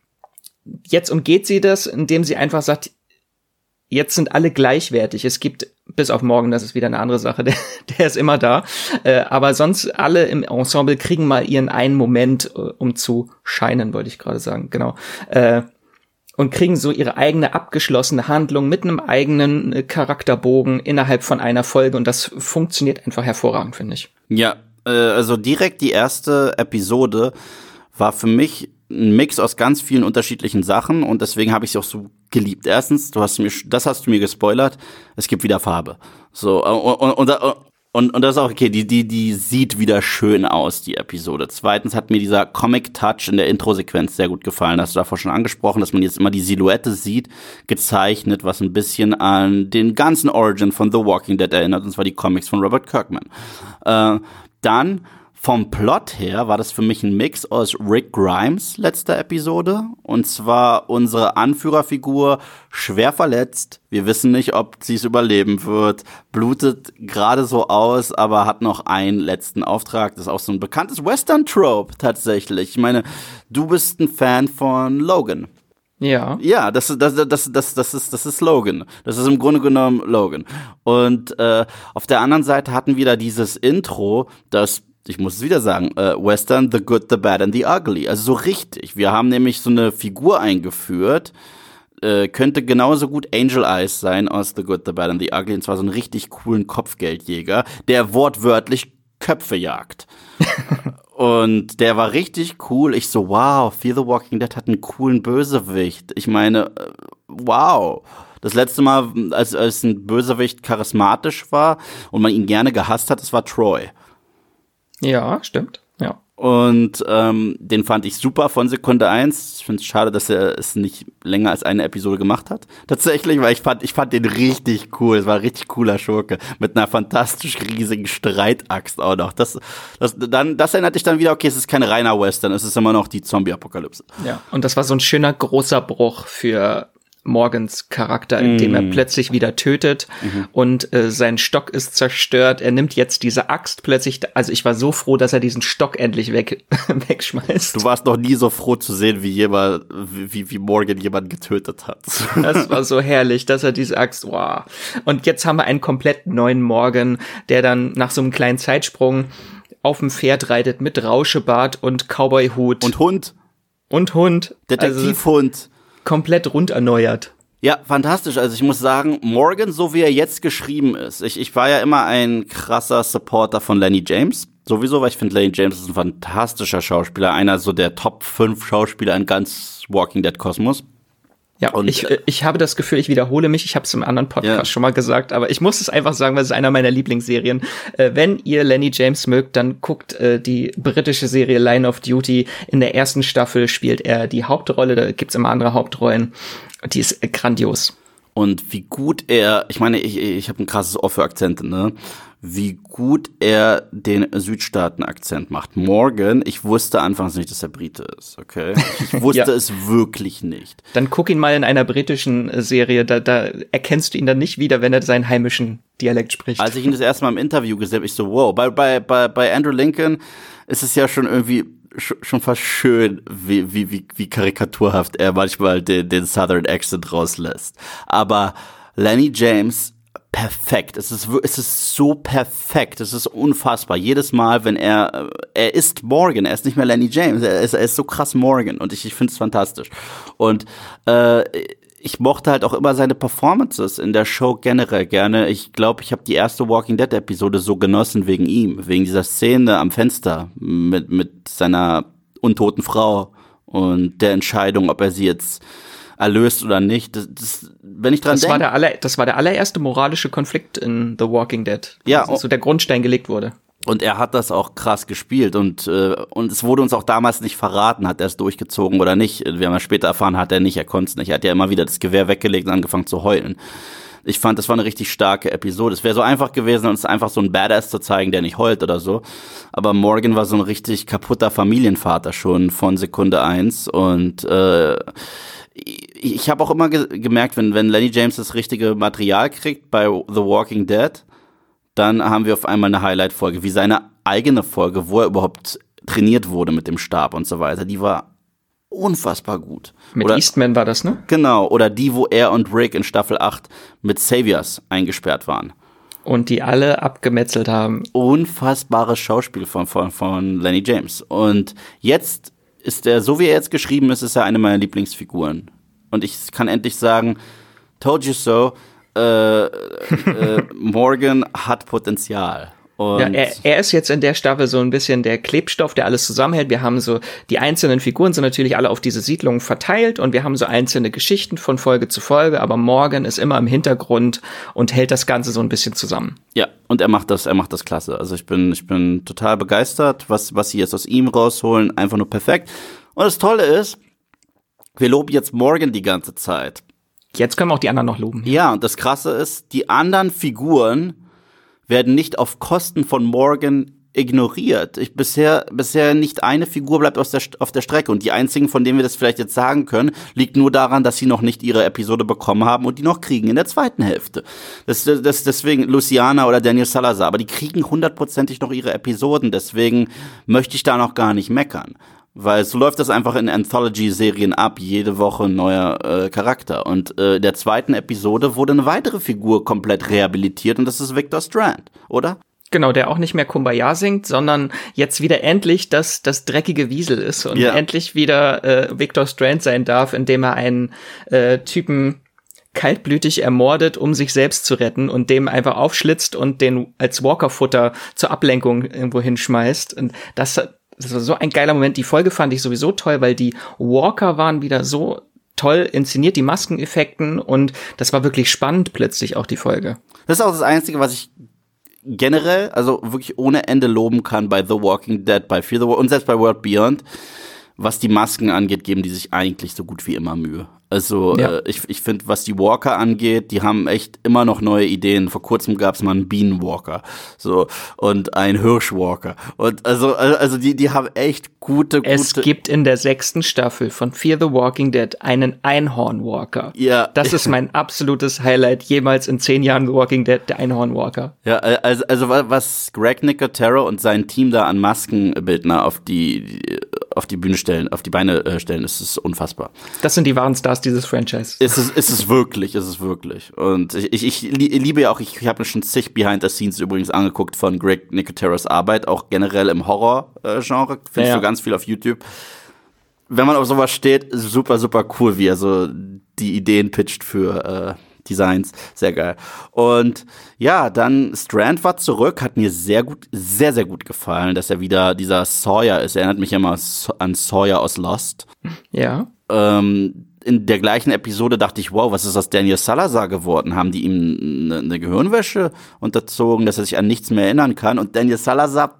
jetzt umgeht sie das, indem sie einfach sagt, jetzt sind alle gleichwertig. Es gibt, bis auf Morgan, das ist wieder eine andere Sache, der, der ist immer da. Äh, aber sonst alle im Ensemble kriegen mal ihren einen Moment, äh, um zu scheinen, wollte ich gerade sagen, genau. Äh, und kriegen so ihre eigene abgeschlossene Handlung mit einem eigenen äh, Charakterbogen innerhalb von einer Folge. Und das funktioniert einfach hervorragend, finde ich. Ja, äh, also direkt die erste Episode war für mich ein Mix aus ganz vielen unterschiedlichen Sachen und deswegen habe ich sie auch so geliebt. Erstens, du hast mir, das hast du mir gespoilert, es gibt wieder Farbe. So, und, und, und, und das ist auch okay, die, die, die sieht wieder schön aus, die Episode. Zweitens hat mir dieser Comic-Touch in der Intro-Sequenz sehr gut gefallen. Hast du davor schon angesprochen, dass man jetzt immer die Silhouette sieht, gezeichnet, was ein bisschen an den ganzen Origin von The Walking Dead erinnert, und zwar die Comics von Robert Kirkman. Äh, dann vom Plot her war das für mich ein Mix aus Rick Grimes letzter Episode, und zwar unsere Anführerfigur schwer verletzt. Wir wissen nicht, ob sie es überleben wird, blutet gerade so aus, aber hat noch einen letzten Auftrag. Das ist auch so ein bekanntes Western-Trope tatsächlich. Ich meine, du bist ein Fan von Logan. Ja. Ja, das, das, das, das, das ist, das ist Logan. Das ist im Grunde genommen Logan. Und äh, auf der anderen Seite hatten wir da dieses Intro, das ich muss es wieder sagen, äh, Western, The Good, The Bad and The Ugly. Also so richtig. Wir haben nämlich so eine Figur eingeführt, äh, könnte genauso gut Angel Eyes sein aus The Good, The Bad and The Ugly. Und zwar so einen richtig coolen Kopfgeldjäger, der wortwörtlich Köpfe jagt. Und der war richtig cool. Ich so, wow, Fear the Walking Dead hat einen coolen Bösewicht. Ich meine, wow. Das letzte Mal, als, als ein Bösewicht charismatisch war und man ihn gerne gehasst hat, das war Troy. Ja, stimmt. Ja. Und ähm, den fand ich super von Sekunde eins. Ich finde es schade, dass er es nicht länger als eine Episode gemacht hat. Tatsächlich, weil ich fand, ich fand den richtig cool. Es war ein richtig cooler Schurke. Mit einer fantastisch riesigen Streitaxt auch noch. Das, das, dann, das erinnert dich dann wieder, okay, es ist kein reiner Western, es ist immer noch die Zombie-Apokalypse. Ja, und das war so ein schöner, großer Bruch für Morgans Charakter, indem mm. er plötzlich wieder tötet mhm. und äh, sein Stock ist zerstört. Er nimmt jetzt diese Axt plötzlich, also ich war so froh, dass er diesen Stock endlich weg wegschmeißt. Du warst noch nie so froh zu sehen, wie jemand, wie, wie Morgan jemanden getötet hat. Das war so herrlich, dass er diese Axt, wow. Und jetzt haben wir einen komplett neuen Morgan, der dann nach so einem kleinen Zeitsprung auf dem Pferd reitet mit Rauschebart und Cowboy-Hut. Und Hund. Und Hund. Detektivhund. Also komplett rund erneuert. Ja, fantastisch. Also ich muss sagen, Morgan, so wie er jetzt geschrieben ist, ich, ich war ja immer ein krasser Supporter von Lenny James. Sowieso, weil ich finde, Lenny James ist ein fantastischer Schauspieler. Einer so der Top fünf Schauspieler in ganz Walking Dead Kosmos. Ja, und ich, ich habe das Gefühl, ich wiederhole mich, ich habe es im anderen Podcast ja. schon mal gesagt, aber ich muss es einfach sagen, weil es ist einer meiner Lieblingsserien. Äh, wenn ihr Lenny James mögt, dann guckt äh, die britische Serie Line of Duty. In der ersten Staffel spielt er die Hauptrolle, da gibt's immer andere Hauptrollen. Die ist äh, grandios. Und wie gut er, ich meine, ich, ich habe ein krasses Ohr für Akzente, ne? Wie gut er den Südstaaten-Akzent macht. Morgan, ich wusste anfangs nicht, dass er Brite ist, okay? Ich wusste ja. es wirklich nicht. Dann guck ihn mal in einer britischen Serie, da, da erkennst du ihn dann nicht wieder, wenn er seinen heimischen Dialekt spricht. Als ich ihn das erste Mal im Interview gesehen habe, ich so, wow. Bei, bei, bei, bei Andrew Lincoln ist es ja schon irgendwie schon fast schön, wie, wie, wie, wie karikaturhaft er manchmal den, den Southern Accent rauslässt. Aber Lenny James, perfekt. Es ist, es ist so perfekt. Es ist unfassbar. Jedes Mal, wenn er, er ist Morgan, er ist nicht mehr Lenny James, er ist, er ist so krass Morgan und ich, ich finde es fantastisch. Und, äh, ich mochte halt auch immer seine Performances in der Show generell gerne. Ich glaube, ich habe die erste Walking Dead Episode so genossen wegen ihm, wegen dieser Szene am Fenster mit, mit seiner untoten Frau und der Entscheidung, ob er sie jetzt erlöst oder nicht. Das, das, wenn ich dran das denke. War der aller, das war der allererste moralische Konflikt in The Walking Dead. Ja. Also so der Grundstein gelegt wurde. Und er hat das auch krass gespielt und äh, und es wurde uns auch damals nicht verraten, hat er es durchgezogen oder nicht. Wir haben ja später erfahren, hat er nicht, er konnte es nicht. Er hat ja immer wieder das Gewehr weggelegt und angefangen zu heulen. Ich fand, das war eine richtig starke Episode. Es wäre so einfach gewesen, uns einfach so einen Badass zu zeigen, der nicht heult oder so. Aber Morgan war so ein richtig kaputter Familienvater schon von Sekunde eins und äh, ich habe auch immer ge- gemerkt, wenn wenn Lenny James das richtige Material kriegt bei The Walking Dead, dann haben wir auf einmal eine Highlight-Folge, wie seine eigene Folge, wo er überhaupt trainiert wurde mit dem Stab und so weiter. Die war unfassbar gut. Mit oder, Eastman war das, ne? Genau, oder die, wo er und Rick in Staffel acht mit Saviors eingesperrt waren. Und die alle abgemetzelt haben. Unfassbares Schauspiel von, von, von Lenny James. Und jetzt ist er, so wie er jetzt geschrieben ist, ist er eine meiner Lieblingsfiguren. Und ich kann endlich sagen, told you so, Äh, äh, Morgan hat Potenzial. Und ja, er, er ist jetzt in der Staffel so ein bisschen der Klebstoff, der alles zusammenhält. Wir haben so, die einzelnen Figuren sind natürlich alle auf diese Siedlung verteilt und wir haben so einzelne Geschichten von Folge zu Folge, aber Morgan ist immer im Hintergrund und hält das Ganze so ein bisschen zusammen. Ja, und er macht das, er macht das klasse. Also ich bin, ich bin total begeistert, was, was sie jetzt aus ihm rausholen. Einfach nur perfekt. Und das Tolle ist, wir loben jetzt Morgan die ganze Zeit. Jetzt können wir auch die anderen noch loben. Ja, und das Krasse ist, die anderen Figuren werden nicht auf Kosten von Morgan ignoriert. Ich, bisher, bisher nicht eine Figur bleibt aus der, auf der Strecke. Und die einzigen, von denen wir das vielleicht jetzt sagen können, liegt nur daran, dass sie noch nicht ihre Episode bekommen haben und die noch kriegen in der zweiten Hälfte. Das, das, deswegen Luciana oder Daniel Salazar. Aber die kriegen hundertprozentig noch ihre Episoden. Deswegen möchte ich da noch gar nicht meckern. Weil so läuft das einfach in Anthology-Serien ab, jede Woche ein neuer äh, Charakter. Und äh, in der zweiten Episode wurde eine weitere Figur komplett rehabilitiert und das ist Victor Strand, oder? Genau, der auch nicht mehr Kumbaya singt, sondern jetzt wieder endlich das, das dreckige Wiesel ist und ja. endlich wieder äh, Victor Strand sein darf, indem er einen äh, Typen kaltblütig ermordet, um sich selbst zu retten und dem einfach aufschlitzt und den als Walker-Futter zur Ablenkung irgendwo hinschmeißt. Und das, das war so ein geiler Moment. Die Folge fand ich sowieso toll, weil die Walker waren wieder so toll inszeniert, die Maskeneffekten, und das war wirklich spannend plötzlich auch die Folge. Das ist auch das Einzige, was ich generell, also wirklich ohne Ende loben kann bei The Walking Dead, bei Fear the Walking und selbst bei World Beyond. Was die Masken angeht, geben die sich eigentlich so gut wie immer Mühe. Also ja. äh, ich, ich finde, was die Walker angeht, die haben echt immer noch neue Ideen. Vor kurzem gab es mal einen Bienenwalker, so, und einen Hirschwalker. Und also also die die haben echt gute gute. Es gibt in der sechsten Staffel von Fear the Walking Dead einen Einhornwalker. Ja. Das ist mein absolutes Highlight jemals in zehn Jahren The Walking Dead, der Einhornwalker. Ja, also also was Greg Nicotero und sein Team da an Maskenbildner auf die auf die Bühne stellen, auf die Beine äh, stellen, ist es unfassbar. Das sind die wahren Stars dieses Franchise. Ist es, ist es wirklich, ist es wirklich. Und ich, ich, ich liebe ja auch, ich, ich habe mir schon zig Behind the Scenes übrigens angeguckt von Greg Nicoteros Arbeit, auch generell im Horror-Genre, findest ja, ja. du ganz viel auf YouTube. Wenn man auf sowas steht, super, super cool, wie er so die Ideen pitcht für äh, Designs, sehr geil. Und ja, dann Strand war zurück, hat mir sehr gut, sehr, sehr gut gefallen, dass er wieder dieser Sawyer ist. Er erinnert mich immer an Sawyer aus Lost. Ja. Ähm, in der gleichen Episode dachte ich, wow, was ist aus Daniel Salazar geworden? Haben die ihm eine, eine Gehirnwäsche unterzogen, dass er sich an nichts mehr erinnern kann? Und Daniel Salazar,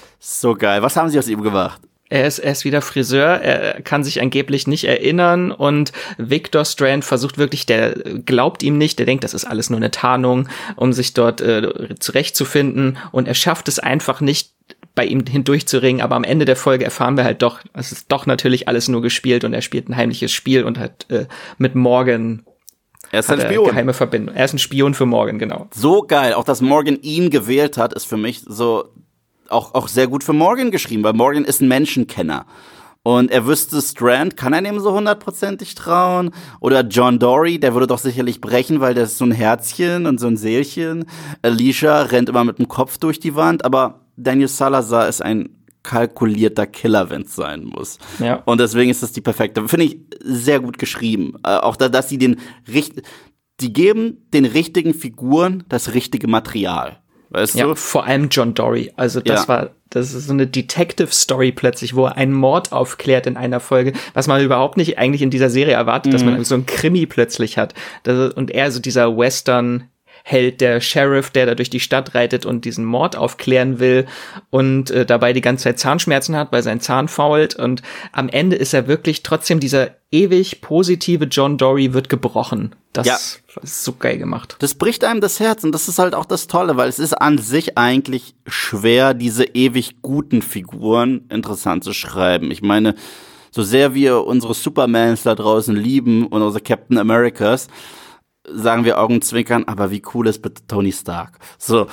so geil. Was haben sie aus ihm gemacht? Er ist, er ist wieder Friseur, er kann sich angeblich nicht erinnern, und Victor Strand versucht wirklich, der glaubt ihm nicht, der denkt, das ist alles nur eine Tarnung, um sich dort äh, zurechtzufinden, und er schafft es einfach nicht, bei ihm hindurchzuringen, aber am Ende der Folge erfahren wir halt doch, es ist doch natürlich alles nur gespielt, und er spielt ein heimliches Spiel und hat äh, mit Morgan er ist ein Spion. Geheime Verbindung. Er ist ein Spion für Morgan, genau. So geil, auch dass Morgan ihn gewählt hat, ist für mich so auch auch sehr gut für Morgan geschrieben, weil Morgan ist ein Menschenkenner. Und er wüsste, Strand, kann er dem so hundertprozentig trauen? Oder John Dory, der würde doch sicherlich brechen, weil der ist so ein Herzchen und so ein Seelchen. Alicia rennt immer mit dem Kopf durch die Wand, aber Daniel Salazar ist ein kalkulierter Killer, wenn es sein muss. Ja. Und deswegen ist das die perfekte. Finde ich sehr gut geschrieben. Äh, auch da, dass sie den richt- die geben den richtigen Figuren das richtige Material. Weißt ja, du? Vor allem John Dory. Also das ja. war, das ist so eine Detective-Story plötzlich, wo er einen Mord aufklärt in einer Folge, was man überhaupt nicht eigentlich in dieser Serie erwartet, mhm. dass man so einen Krimi plötzlich hat. Das ist, und er so dieser Western Held, der Sheriff, der da durch die Stadt reitet und diesen Mord aufklären will und äh, dabei die ganze Zeit Zahnschmerzen hat, weil sein Zahn fault, und am Ende ist er wirklich trotzdem dieser ewig positive John Dory wird gebrochen. Das ja. ist so geil gemacht. Das bricht einem das Herz, und das ist halt auch das Tolle, weil es ist an sich eigentlich schwer, diese ewig guten Figuren interessant zu schreiben. Ich meine, so sehr wir unsere Supermans da draußen lieben und unsere Captain Americas, sagen wir Augenzwinkern, aber wie cool ist bitte Tony Stark? So,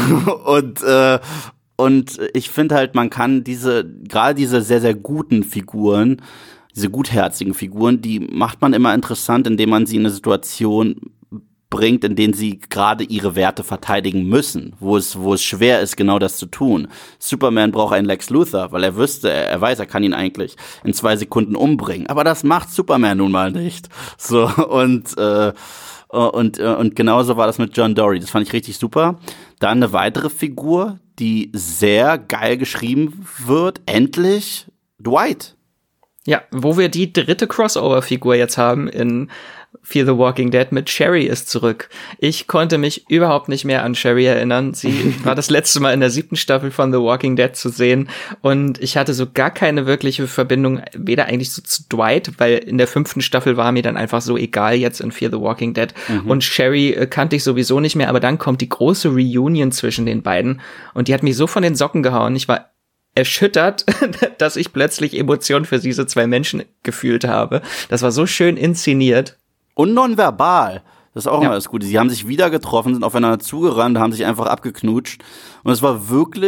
und, äh, und ich finde halt, man kann diese, gerade diese sehr, sehr guten Figuren, diese gutherzigen Figuren, die macht man immer interessant, indem man sie in eine Situation bringt, in denen sie gerade ihre Werte verteidigen müssen, wo es, wo es schwer ist, genau das zu tun. Superman braucht einen Lex Luthor, weil er wüsste, er, er weiß, er kann ihn eigentlich in zwei Sekunden umbringen. Aber das macht Superman nun mal nicht. So, und, äh, Und, und genauso war das mit John Dory. Das fand ich richtig super. Dann eine weitere Figur, die sehr geil geschrieben wird. Endlich Dwight. Ja, wo wir die dritte Crossover-Figur jetzt haben in Fear the Walking Dead mit Sherry ist zurück. Ich konnte mich überhaupt nicht mehr an Sherry erinnern. Sie war das letzte Mal in der siebten Staffel von The Walking Dead zu sehen, und ich hatte so gar keine wirkliche Verbindung, weder eigentlich so zu Dwight, weil in der fünften Staffel war mir dann einfach so egal jetzt in Fear the Walking Dead, mhm. und Sherry äh, kannte ich sowieso nicht mehr, aber dann kommt die große Reunion zwischen den beiden, und die hat mich so von den Socken gehauen. Ich war erschüttert, dass ich plötzlich Emotionen für diese zwei Menschen gefühlt habe. Das war so schön inszeniert. Und nonverbal. Das ist auch ja. immer das Gute. Sie haben sich wieder getroffen, sind aufeinander zugerannt, haben sich einfach abgeknutscht. Und es war wirklich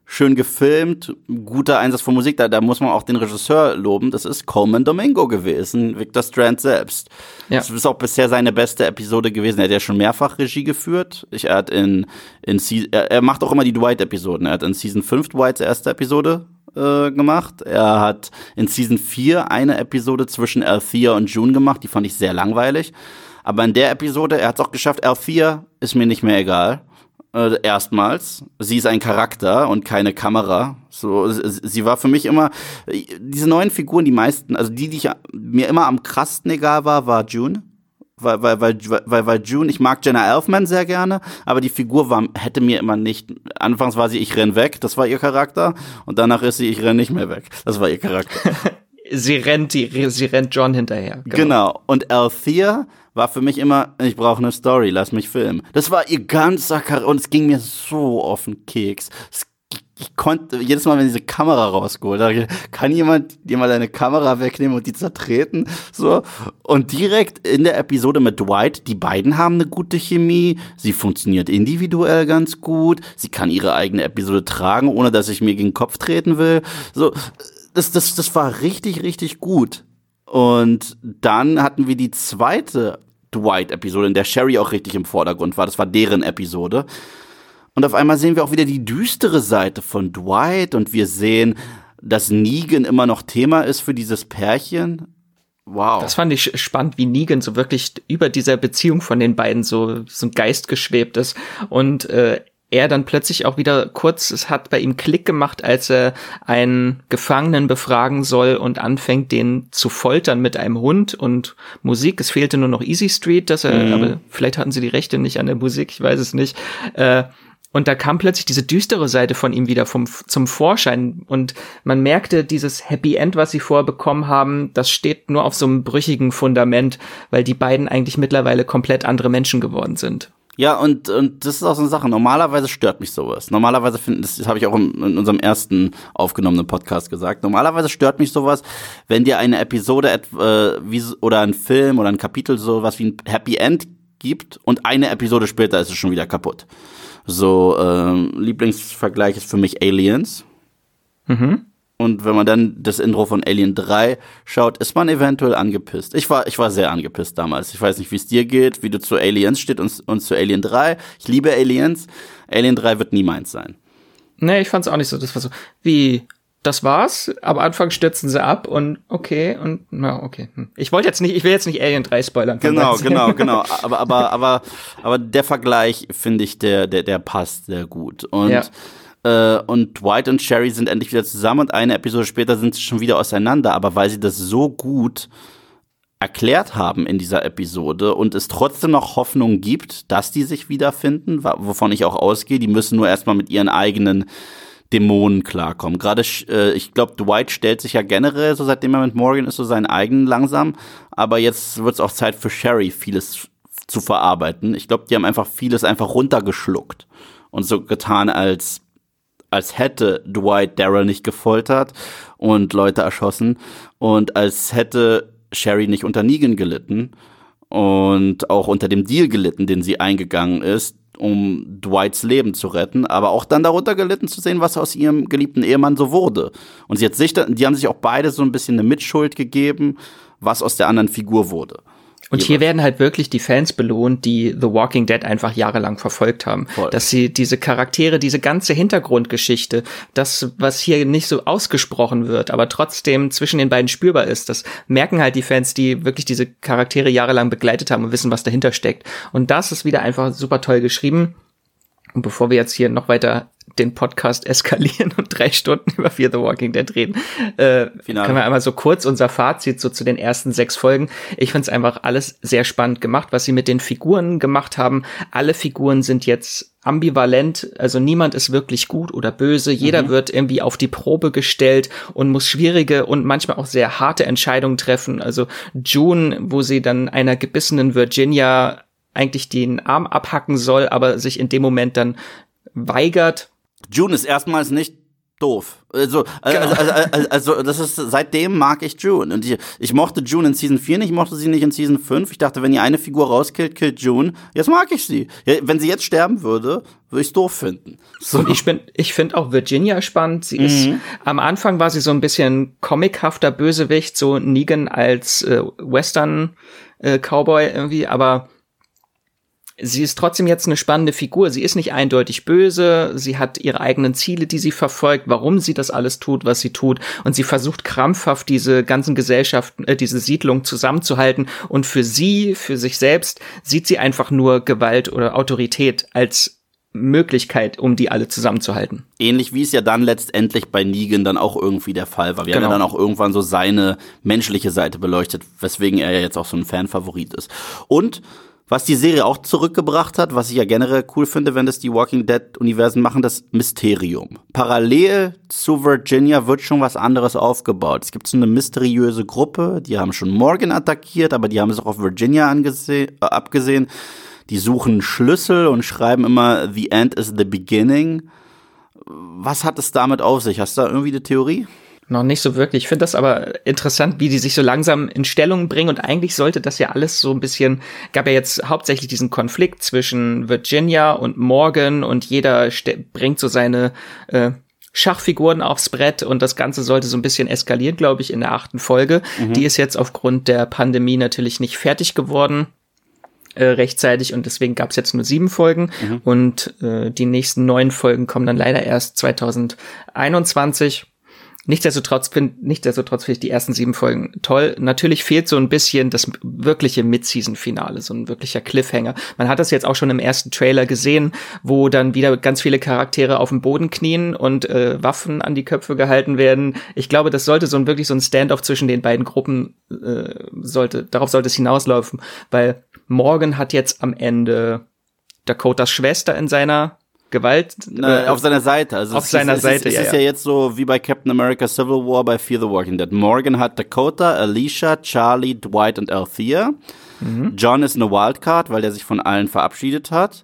schön gefilmt, guter Einsatz von Musik, da, da muss man auch den Regisseur loben, das ist Coleman Domingo gewesen, Victor Strand selbst. Ja. Das ist auch bisher seine beste Episode gewesen, er hat ja schon mehrfach Regie geführt, ich, er hat in, in er, er macht auch immer die Dwight-Episoden, er hat in Season fünf Dwights erste Episode äh, gemacht, er hat in Season vier eine Episode zwischen Althea und June gemacht, die fand ich sehr langweilig, aber in der Episode, er hat es auch geschafft, Althea ist mir nicht mehr egal. Äh, erstmals. Sie ist ein Charakter und keine Kamera. So, sie, sie war für mich immer, diese neuen Figuren, die meisten, also die, die ich, mir immer am krassten egal war, war June. Weil, weil, weil, weil, weil June, ich mag Jenna Elfman sehr gerne, aber die Figur war, hätte mir immer nicht, anfangs war sie, ich renn weg, das war ihr Charakter, und danach ist sie, ich renn nicht mehr weg. Das war ihr Charakter. sie rennt, die, sie rennt John hinterher. Genau. genau. Und Althea war für mich immer, ich brauche eine Story, lass mich filmen. Das war ihr ganzer Charakter und es ging mir so auf den Keks. Es, ich konnte, jedes Mal, wenn diese Kamera rausgeholt hat, kann jemand dir mal deine Kamera wegnehmen und die zertreten? So. Und direkt in der Episode mit Dwight, die beiden haben eine gute Chemie, sie funktioniert individuell ganz gut, sie kann ihre eigene Episode tragen, ohne dass ich mir gegen den Kopf treten will. So, das, das, das war richtig, richtig gut. Und dann hatten wir die zweite Dwight-Episode, in der Sherry auch richtig im Vordergrund war. Das war deren Episode. Und auf einmal sehen wir auch wieder die düstere Seite von Dwight und wir sehen, dass Negan immer noch Thema ist für dieses Pärchen. Wow. Das fand ich spannend, wie Negan so wirklich über dieser Beziehung von den beiden so, so ein Geist geschwebt ist. Und äh, er dann plötzlich auch wieder kurz, es hat bei ihm Klick gemacht, als er einen Gefangenen befragen soll und anfängt, den zu foltern mit einem Hund und Musik. Es fehlte nur noch Easy Street, dass er, mhm. aber vielleicht hatten sie die Rechte nicht an der Musik, ich weiß es nicht. Äh, und da kam plötzlich diese düstere Seite von ihm wieder vom, zum Vorschein und man merkte, dieses Happy End, was sie vorher bekommen haben, das steht nur auf so einem brüchigen Fundament, weil die beiden eigentlich mittlerweile komplett andere Menschen geworden sind. Ja, und, und das ist auch so eine Sache. Normalerweise stört mich sowas. Normalerweise finde das, das habe ich auch in, in unserem ersten aufgenommenen Podcast gesagt. Normalerweise stört mich sowas, wenn dir eine Episode äh, wie, oder ein Film oder ein Kapitel sowas wie ein Happy End gibt und eine Episode später ist es schon wieder kaputt. So, äh, Lieblingsvergleich ist für mich Aliens. Mhm. Und wenn man dann das Intro von Alien drei schaut, ist man eventuell angepisst. Ich war, ich war sehr angepisst damals. Ich weiß nicht, wie es dir geht, wie du zu Aliens steht und, und zu Alien drei. Ich liebe Aliens. Alien drei wird nie meins sein. Nee, ich fand's auch nicht so. Das war so, wie, das war's? Am Anfang stürzen sie ab und okay, und, ja, okay. Ich wollte jetzt nicht, ich will jetzt nicht Alien drei spoilern. Genau, genau, genau. Aber, aber, aber, aber der Vergleich, finde ich, der, der, der passt sehr gut. Und, ja. Äh, und Dwight und Sherry sind endlich wieder zusammen und eine Episode später sind sie schon wieder auseinander, aber weil sie das so gut erklärt haben in dieser Episode und es trotzdem noch Hoffnung gibt, dass die sich wiederfinden, wovon ich auch ausgehe, die müssen nur erstmal mit ihren eigenen Dämonen klarkommen. Gerade, äh, ich glaube, Dwight stellt sich ja generell, so seitdem er mit Morgan ist, so seinen eigenen langsam, aber jetzt wird es auch Zeit für Sherry, vieles zu verarbeiten. Ich glaube, die haben einfach vieles einfach runtergeschluckt und so getan, als als hätte Dwight Daryl nicht gefoltert und Leute erschossen und als hätte Sherry nicht unter Negan gelitten und auch unter dem Deal gelitten, den sie eingegangen ist, um Dwights Leben zu retten, aber auch dann darunter gelitten zu sehen, was aus ihrem geliebten Ehemann so wurde. Und sie hat sich, die haben sich auch beide so ein bisschen eine Mitschuld gegeben, was aus der anderen Figur wurde. Und hier werden halt wirklich die Fans belohnt, die The Walking Dead einfach jahrelang verfolgt haben. Voll. Dass sie diese Charaktere, diese ganze Hintergrundgeschichte, das, was hier nicht so ausgesprochen wird, aber trotzdem zwischen den beiden spürbar ist, das merken halt die Fans, die wirklich diese Charaktere jahrelang begleitet haben und wissen, was dahinter steckt. Und das ist wieder einfach super toll geschrieben. Und bevor wir jetzt hier noch weiter den Podcast eskalieren und drei Stunden über Fear the Walking Dead reden, äh, können wir einmal so kurz unser Fazit so zu den ersten sechs Folgen. Ich finde es einfach alles sehr spannend gemacht, was sie mit den Figuren gemacht haben. Alle Figuren sind jetzt ambivalent, also niemand ist wirklich gut oder böse. Jeder mhm. wird irgendwie auf die Probe gestellt und muss schwierige und manchmal auch sehr harte Entscheidungen treffen. Also June, wo sie dann einer gebissenen Virginia eigentlich den Arm abhacken soll, aber sich in dem Moment dann weigert. June ist erstmals nicht doof. Also, also, genau. also, also, also, das ist, seitdem mag ich June. Und ich, ich mochte June in Season vier nicht, ich mochte sie nicht in Season fünf. Ich dachte, wenn ihr eine Figur rauskillt, killt June. Jetzt mag ich sie. Ja, wenn sie jetzt sterben würde, würde ich es doof finden. So. Und ich bin, ich finde auch Virginia spannend. Sie ist, mhm. am Anfang war sie so ein bisschen comichafter Bösewicht, so Negan als äh, Western-Cowboy äh, irgendwie, aber sie ist trotzdem jetzt eine spannende Figur. Sie ist nicht eindeutig böse. Sie hat ihre eigenen Ziele, die sie verfolgt, warum sie das alles tut, was sie tut. Und sie versucht krampfhaft, diese ganzen Gesellschaften, äh, diese Siedlung zusammenzuhalten. Und für sie, für sich selbst, sieht sie einfach nur Gewalt oder Autorität als Möglichkeit, um die alle zusammenzuhalten. Ähnlich wie es ja dann letztendlich bei Negan dann auch irgendwie der Fall war. Wir genau. haben ja dann auch irgendwann so seine menschliche Seite beleuchtet, weswegen er ja jetzt auch so ein Fanfavorit ist. Und was die Serie auch zurückgebracht hat, was ich ja generell cool finde, wenn das die Walking Dead-Universen machen, das Mysterium. Parallel zu Virginia wird schon was anderes aufgebaut. Es gibt so eine mysteriöse Gruppe, die haben schon Morgan attackiert, aber die haben es auch auf Virginia angese- äh, abgesehen. Die suchen Schlüssel und schreiben immer "The end is the beginning". Was hat es damit auf sich? Hast du da irgendwie eine Theorie? Noch nicht so wirklich. Ich finde das aber interessant, wie die sich so langsam in Stellung bringen. Und eigentlich sollte das ja alles so ein bisschen, gab ja jetzt hauptsächlich diesen Konflikt zwischen Virginia und Morgan und jeder ste- bringt so seine äh, Schachfiguren aufs Brett und das Ganze sollte so ein bisschen eskalieren, glaube ich, in der achten Folge. Mhm. Die ist jetzt aufgrund der Pandemie natürlich nicht fertig geworden. Äh, rechtzeitig und deswegen gab es jetzt nur sieben Folgen mhm. und äh, die nächsten neun Folgen kommen dann leider erst zwanzig einundzwanzig. Nichtsdestotrotz finde nichtsdestotrotz finde ich die ersten sieben Folgen toll. Natürlich fehlt so ein bisschen das wirkliche Mid-Season-Finale, so ein wirklicher Cliffhanger. Man hat das jetzt auch schon im ersten Trailer gesehen, wo dann wieder ganz viele Charaktere auf dem Boden knien und äh, Waffen an die Köpfe gehalten werden. Ich glaube, das sollte so ein wirklich so ein Standoff zwischen den beiden Gruppen äh, sollte, darauf sollte es hinauslaufen, weil Morgan hat jetzt am Ende Dakotas Schwester in seiner Gewalt Na, äh, auf seiner Seite. Also auf es seiner ist, Seite, es ist, ja. Es ist ja, ja jetzt so wie bei Captain America Civil War bei Fear the Walking Dead. Morgan hat Dakota, Alicia, Charlie, Dwight und Althea. Mhm. John ist eine Wildcard, weil der sich von allen verabschiedet hat.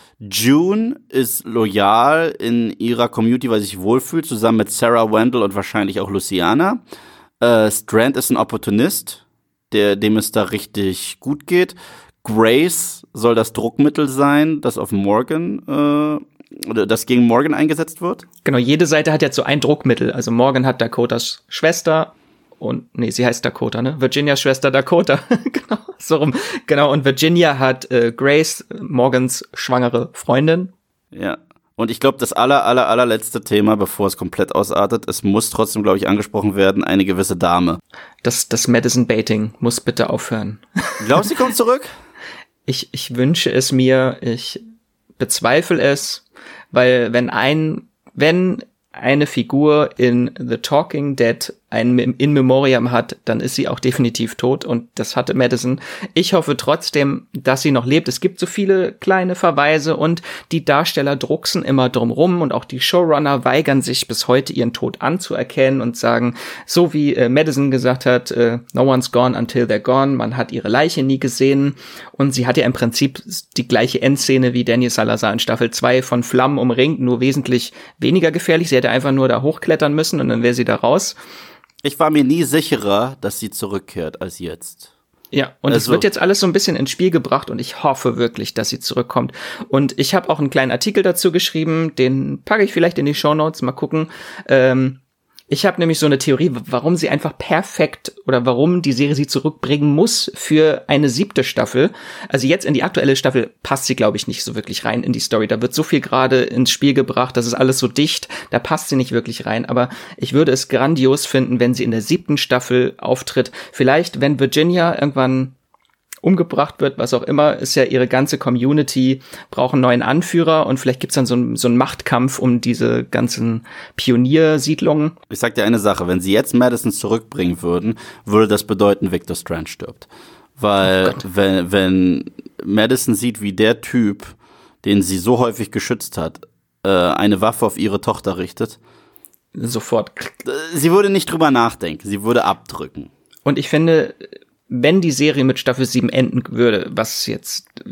June ist loyal in ihrer Community, weil sie sich wohlfühlt, zusammen mit Sarah Wendell und wahrscheinlich auch Luciana. Äh, Strand ist ein Opportunist, der, dem es da richtig gut geht. Grace soll das Druckmittel sein, das auf Morgan, äh, das gegen Morgan eingesetzt wird. Genau, jede Seite hat jetzt so ein Druckmittel. Also Morgan hat Dakotas Schwester und, nee, sie heißt Dakota, ne? Virginias Schwester Dakota. Genau, so rum. Genau, und Virginia hat äh, Grace, Morgans schwangere Freundin. Ja. Und ich glaube, das aller, aller, allerletzte Thema, bevor es komplett ausartet, es muss trotzdem, glaube ich, angesprochen werden, eine gewisse Dame. Das, das Madison Baiting muss bitte aufhören. Glaubst du, sie kommt zurück? Ich, ich wünsche es mir, ich bezweifle es, weil wenn ein, wenn eine Figur in The Talking Dead ein In Memoriam hat, dann ist sie auch definitiv tot und das hatte Madison. Ich hoffe trotzdem, dass sie noch lebt. Es gibt so viele kleine Verweise und die Darsteller drucksen immer drumrum und auch die Showrunner weigern sich bis heute ihren Tod anzuerkennen und sagen, so wie äh, Madison gesagt hat, äh, no one's gone until they're gone, man hat ihre Leiche nie gesehen und sie hat ja im Prinzip die gleiche Endszene wie Daniel Salazar in Staffel zwei von Flammen umringt, nur wesentlich weniger gefährlich. Sie hätte einfach nur da hochklettern müssen und dann wäre sie da raus. Ich war mir nie sicherer, dass sie zurückkehrt als jetzt. Ja, und es also. wird jetzt alles so ein bisschen ins Spiel gebracht und ich hoffe wirklich, dass sie zurückkommt. Und ich habe auch einen kleinen Artikel dazu geschrieben, den packe ich vielleicht in die Shownotes, mal gucken. Ähm, ich habe nämlich so eine Theorie, warum sie einfach perfekt oder warum die Serie sie zurückbringen muss für eine siebte Staffel. Also jetzt in die aktuelle Staffel passt sie, glaube ich, nicht so wirklich rein in die Story. Da wird so viel gerade ins Spiel gebracht, das ist alles so dicht, da passt sie nicht wirklich rein. Aber ich würde es grandios finden, wenn sie in der siebten Staffel auftritt. Vielleicht, wenn Virginia irgendwann umgebracht wird, was auch immer, ist ja ihre ganze Community, braucht einen neuen Anführer und vielleicht gibt's dann so einen, so einen Machtkampf um diese ganzen Pioniersiedlungen. Ich sag dir eine Sache, wenn sie jetzt Madison zurückbringen würden, würde das bedeuten, Victor Strand stirbt. Weil oh wenn, wenn Madison sieht, wie der Typ, den sie so häufig geschützt hat, äh, eine Waffe auf ihre Tochter richtet, sofort. Sie würde nicht drüber nachdenken, sie würde abdrücken. Und ich finde, wenn die Serie mit Staffel sieben enden würde, was jetzt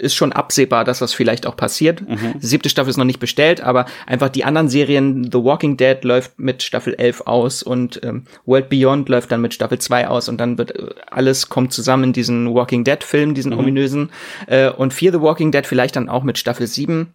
ist schon absehbar, dass das vielleicht auch passiert. Mhm. Die siebte Staffel ist noch nicht bestellt, aber einfach die anderen Serien, The Walking Dead läuft mit Staffel elf aus und ähm, World Beyond läuft dann mit Staffel zwei aus und dann wird äh, alles kommt zusammen in diesen Walking Dead Film, diesen mhm. ominösen äh, und Fear the Walking Dead vielleicht dann auch mit Staffel sieben.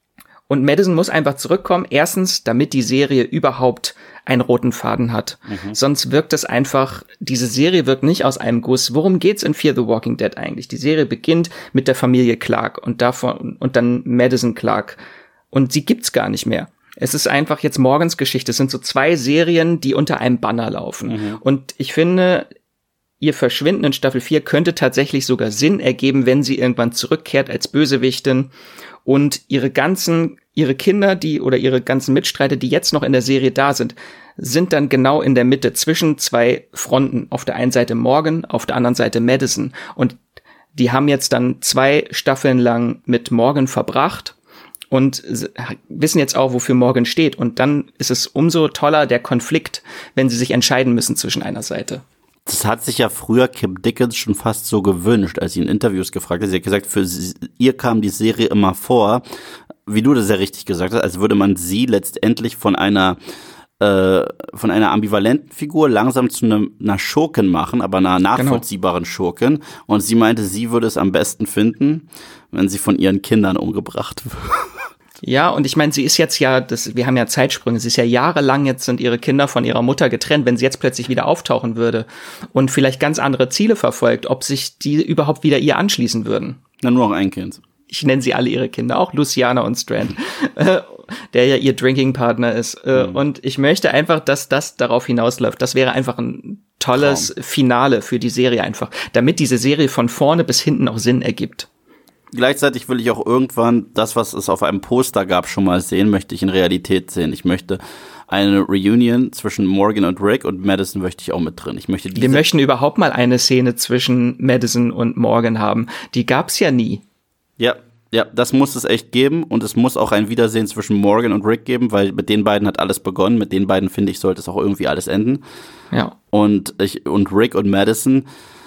Und Madison muss einfach zurückkommen. Erstens, damit die Serie überhaupt einen roten Faden hat. Mhm. Sonst wirkt es einfach, diese Serie wirkt nicht aus einem Guss. Worum geht's in Fear the Walking Dead eigentlich? Die Serie beginnt mit der Familie Clark und davon, und dann Madison Clark. Und sie gibt's gar nicht mehr. Es ist einfach jetzt Morgans Geschichte. Es sind so zwei Serien, die unter einem Banner laufen. Mhm. Und ich finde, ihr Verschwinden in Staffel vier könnte tatsächlich sogar Sinn ergeben, wenn sie irgendwann zurückkehrt als Bösewichtin und ihre ganzen, ihre Kinder, die oder ihre ganzen Mitstreiter, die jetzt noch in der Serie da sind, sind dann genau in der Mitte zwischen zwei Fronten. Auf der einen Seite Morgan, auf der anderen Seite Madison. Und die haben jetzt dann zwei Staffeln lang mit Morgan verbracht und wissen jetzt auch, wofür Morgan steht. Und dann ist es umso toller, der Konflikt, wenn sie sich entscheiden müssen zwischen einer Seite. Das hat sich ja früher Kim Dickens schon fast so gewünscht, als sie in Interviews gefragt hat. Sie hat gesagt, für sie, ihr kam die Serie immer vor, wie du das ja richtig gesagt hast, als würde man sie letztendlich von einer äh, von einer ambivalenten Figur langsam zu einer, einer Schurkin machen, aber einer nachvollziehbaren genau. Schurkin. Und sie meinte, sie würde es am besten finden, wenn sie von ihren Kindern umgebracht wird. Ja, und ich meine, sie ist jetzt ja, das, wir haben ja Zeitsprünge, sie ist ja jahrelang, jetzt sind ihre Kinder von ihrer Mutter getrennt, wenn sie jetzt plötzlich wieder auftauchen würde und vielleicht ganz andere Ziele verfolgt, ob sich die überhaupt wieder ihr anschließen würden. Na, nur noch ein Kind. Ich nenne sie alle ihre Kinder, auch Luciana und Strand, äh, der ja ihr Drinking-Partner ist. Äh, mhm. Und ich möchte einfach, dass das darauf hinausläuft. Das wäre einfach ein tolles Traum. Finale für die Serie einfach, damit diese Serie von vorne bis hinten auch Sinn ergibt. Gleichzeitig will ich auch irgendwann das, was es auf einem Poster gab, schon mal sehen, möchte ich in Realität sehen. Ich möchte eine Reunion zwischen Morgan und Rick und Madison möchte ich auch mit drin. Ich möchte diese Wir möchten überhaupt mal eine Szene zwischen Madison und Morgan haben. Die gab's ja nie. Ja, ja, das muss es echt geben und es muss auch ein Wiedersehen zwischen Morgan und Rick geben, weil mit den beiden hat alles begonnen. Mit den beiden, finde ich, sollte es auch irgendwie alles enden. Ja. Und ich, und Rick und Madison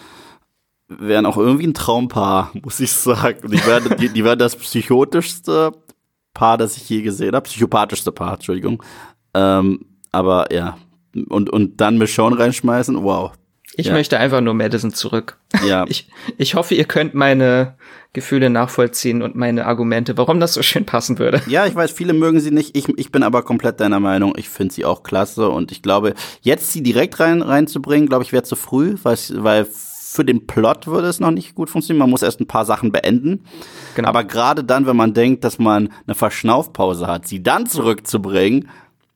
wären auch irgendwie ein Traumpaar, muss ich sagen. Die wären, die, die wären das psychotischste Paar, das ich je gesehen habe. Psychopathischste Paar, Entschuldigung. Ähm, aber ja, und, und dann Michonne reinschmeißen, wow. Ich ja. möchte einfach nur Madison zurück. Ja. Ich, ich hoffe, ihr könnt meine Gefühle nachvollziehen und meine Argumente, warum das so schön passen würde. Ja, ich weiß, viele mögen sie nicht. Ich, ich bin aber komplett deiner Meinung. Ich finde sie auch klasse und ich glaube, jetzt sie direkt rein reinzubringen, glaube ich, wäre zu früh, weil, weil für den Plot würde es noch nicht gut funktionieren. Man muss erst ein paar Sachen beenden. Genau. Aber gerade dann, wenn man denkt, dass man eine Verschnaufpause hat, sie dann zurückzubringen,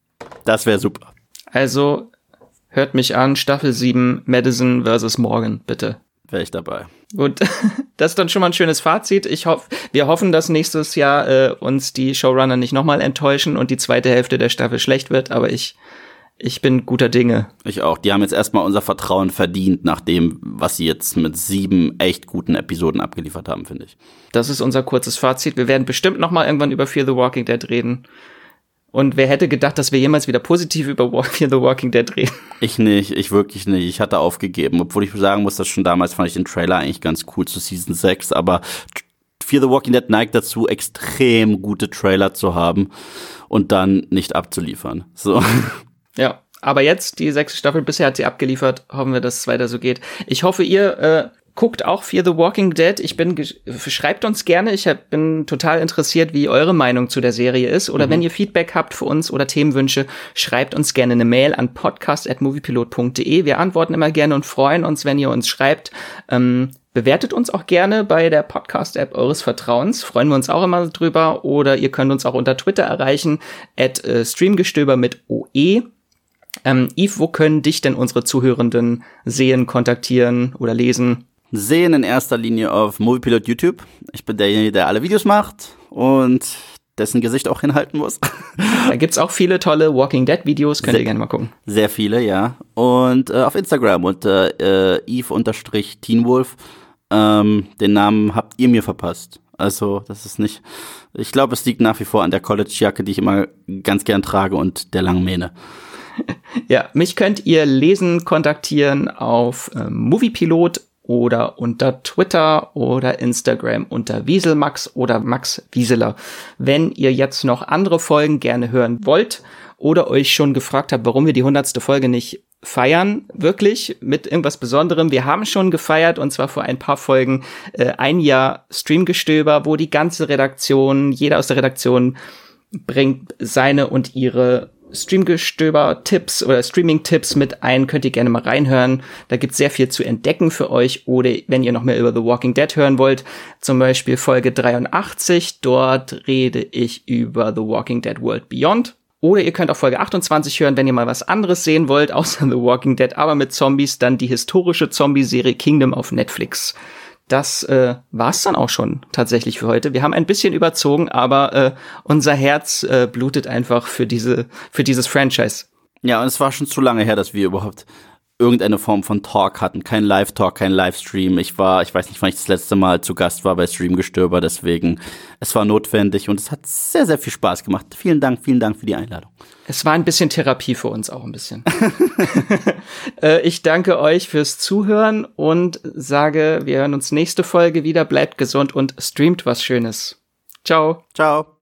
das wäre super. Also hört mich an, Staffel sieben, Madison versus Morgan, bitte. Wäre ich dabei. Gut, das ist dann schon mal ein schönes Fazit. Ich hoffe, wir hoffen, dass nächstes Jahr äh, uns die Showrunner nicht nochmal enttäuschen und die zweite Hälfte der Staffel schlecht wird, aber ich Ich bin guter Dinge. Ich auch. Die haben jetzt erstmal unser Vertrauen verdient, nach dem, was sie jetzt mit sieben echt guten Episoden abgeliefert haben, finde ich. Das ist unser kurzes Fazit. Wir werden bestimmt noch mal irgendwann über Fear the Walking Dead reden. Und wer hätte gedacht, dass wir jemals wieder positiv über Fear the Walking Dead reden? Ich nicht, ich wirklich nicht. Ich hatte aufgegeben. Obwohl ich sagen muss, dass schon damals fand ich den Trailer eigentlich ganz cool zu Season sechs. Aber Fear the Walking Dead neigt dazu, extrem gute Trailer zu haben und dann nicht abzuliefern. So. Ja, aber jetzt, die sechste Staffel, bisher hat sie abgeliefert. Hoffen wir, dass es weiter so geht. Ich hoffe, ihr äh, guckt auch Fear the Walking Dead. Ich bin, schreibt uns gerne. Ich hab, bin total interessiert, wie eure Meinung zu der Serie ist. Oder mhm. wenn ihr Feedback habt für uns oder Themenwünsche, schreibt uns gerne eine Mail an podcast at moviepilot punkt de. Wir antworten immer gerne und freuen uns, wenn ihr uns schreibt. Ähm, Bewertet uns auch gerne bei der Podcast-App eures Vertrauens. Freuen wir uns auch immer drüber. Oder ihr könnt uns auch unter Twitter erreichen, at äh, streamgestöber mit O E. Ähm, Yves, wo können dich denn unsere Zuhörenden sehen, kontaktieren oder lesen? Sehen in erster Linie auf Moviepilot YouTube. Ich bin derjenige, der alle Videos macht und dessen Gesicht auch hinhalten muss. Da gibt's auch viele tolle Walking Dead Videos, könnt sehr, ihr gerne mal gucken. Sehr viele, ja. Und äh, auf Instagram unter äh, Yves-Teenwolf. Ähm, den Namen habt ihr mir verpasst. Also, das ist nicht, ich glaube, es liegt nach wie vor an der College-Jacke, die ich immer ganz gern trage und der langen Mähne. Ja, mich könnt ihr lesen, kontaktieren auf äh, Moviepilot oder unter Twitter oder Instagram unter Wieselmax oder Max Wieseler. Wenn ihr jetzt noch andere Folgen gerne hören wollt oder euch schon gefragt habt, warum wir die hundertste Folge nicht feiern, wirklich mit irgendwas Besonderem. Wir haben schon gefeiert, und zwar vor ein paar Folgen äh, ein Jahr Streamgestöber, wo die ganze Redaktion, jeder aus der Redaktion bringt seine und ihre Streamgestöber-Tipps oder Streaming-Tipps mit ein. Könnt ihr gerne mal reinhören. Da gibt's sehr viel zu entdecken für euch. Oder wenn ihr noch mehr über The Walking Dead hören wollt, zum Beispiel Folge dreiundachtzig. Dort rede ich über The Walking Dead World Beyond. Oder ihr könnt auch Folge achtundzwanzig hören, wenn ihr mal was anderes sehen wollt, außer The Walking Dead, aber mit Zombies, dann die historische Zombie-Serie Kingdom auf Netflix. Das äh, war's dann auch schon tatsächlich für heute. Wir haben ein bisschen überzogen, aber äh, unser Herz äh, blutet einfach für diese für dieses Franchise. Ja, und es war schon zu lange her, dass wir überhaupt irgendeine Form von Talk hatten. Kein Live-Talk, kein Livestream. Ich war, ich weiß nicht, wann ich das letzte Mal zu Gast war bei Streamgestöber, deswegen, es war notwendig und es hat sehr, sehr viel Spaß gemacht. Vielen Dank, vielen Dank für die Einladung. Es war ein bisschen Therapie für uns auch ein bisschen. äh, ich danke euch fürs Zuhören und sage, wir hören uns nächste Folge wieder. Bleibt gesund und streamt was Schönes. Ciao. Ciao.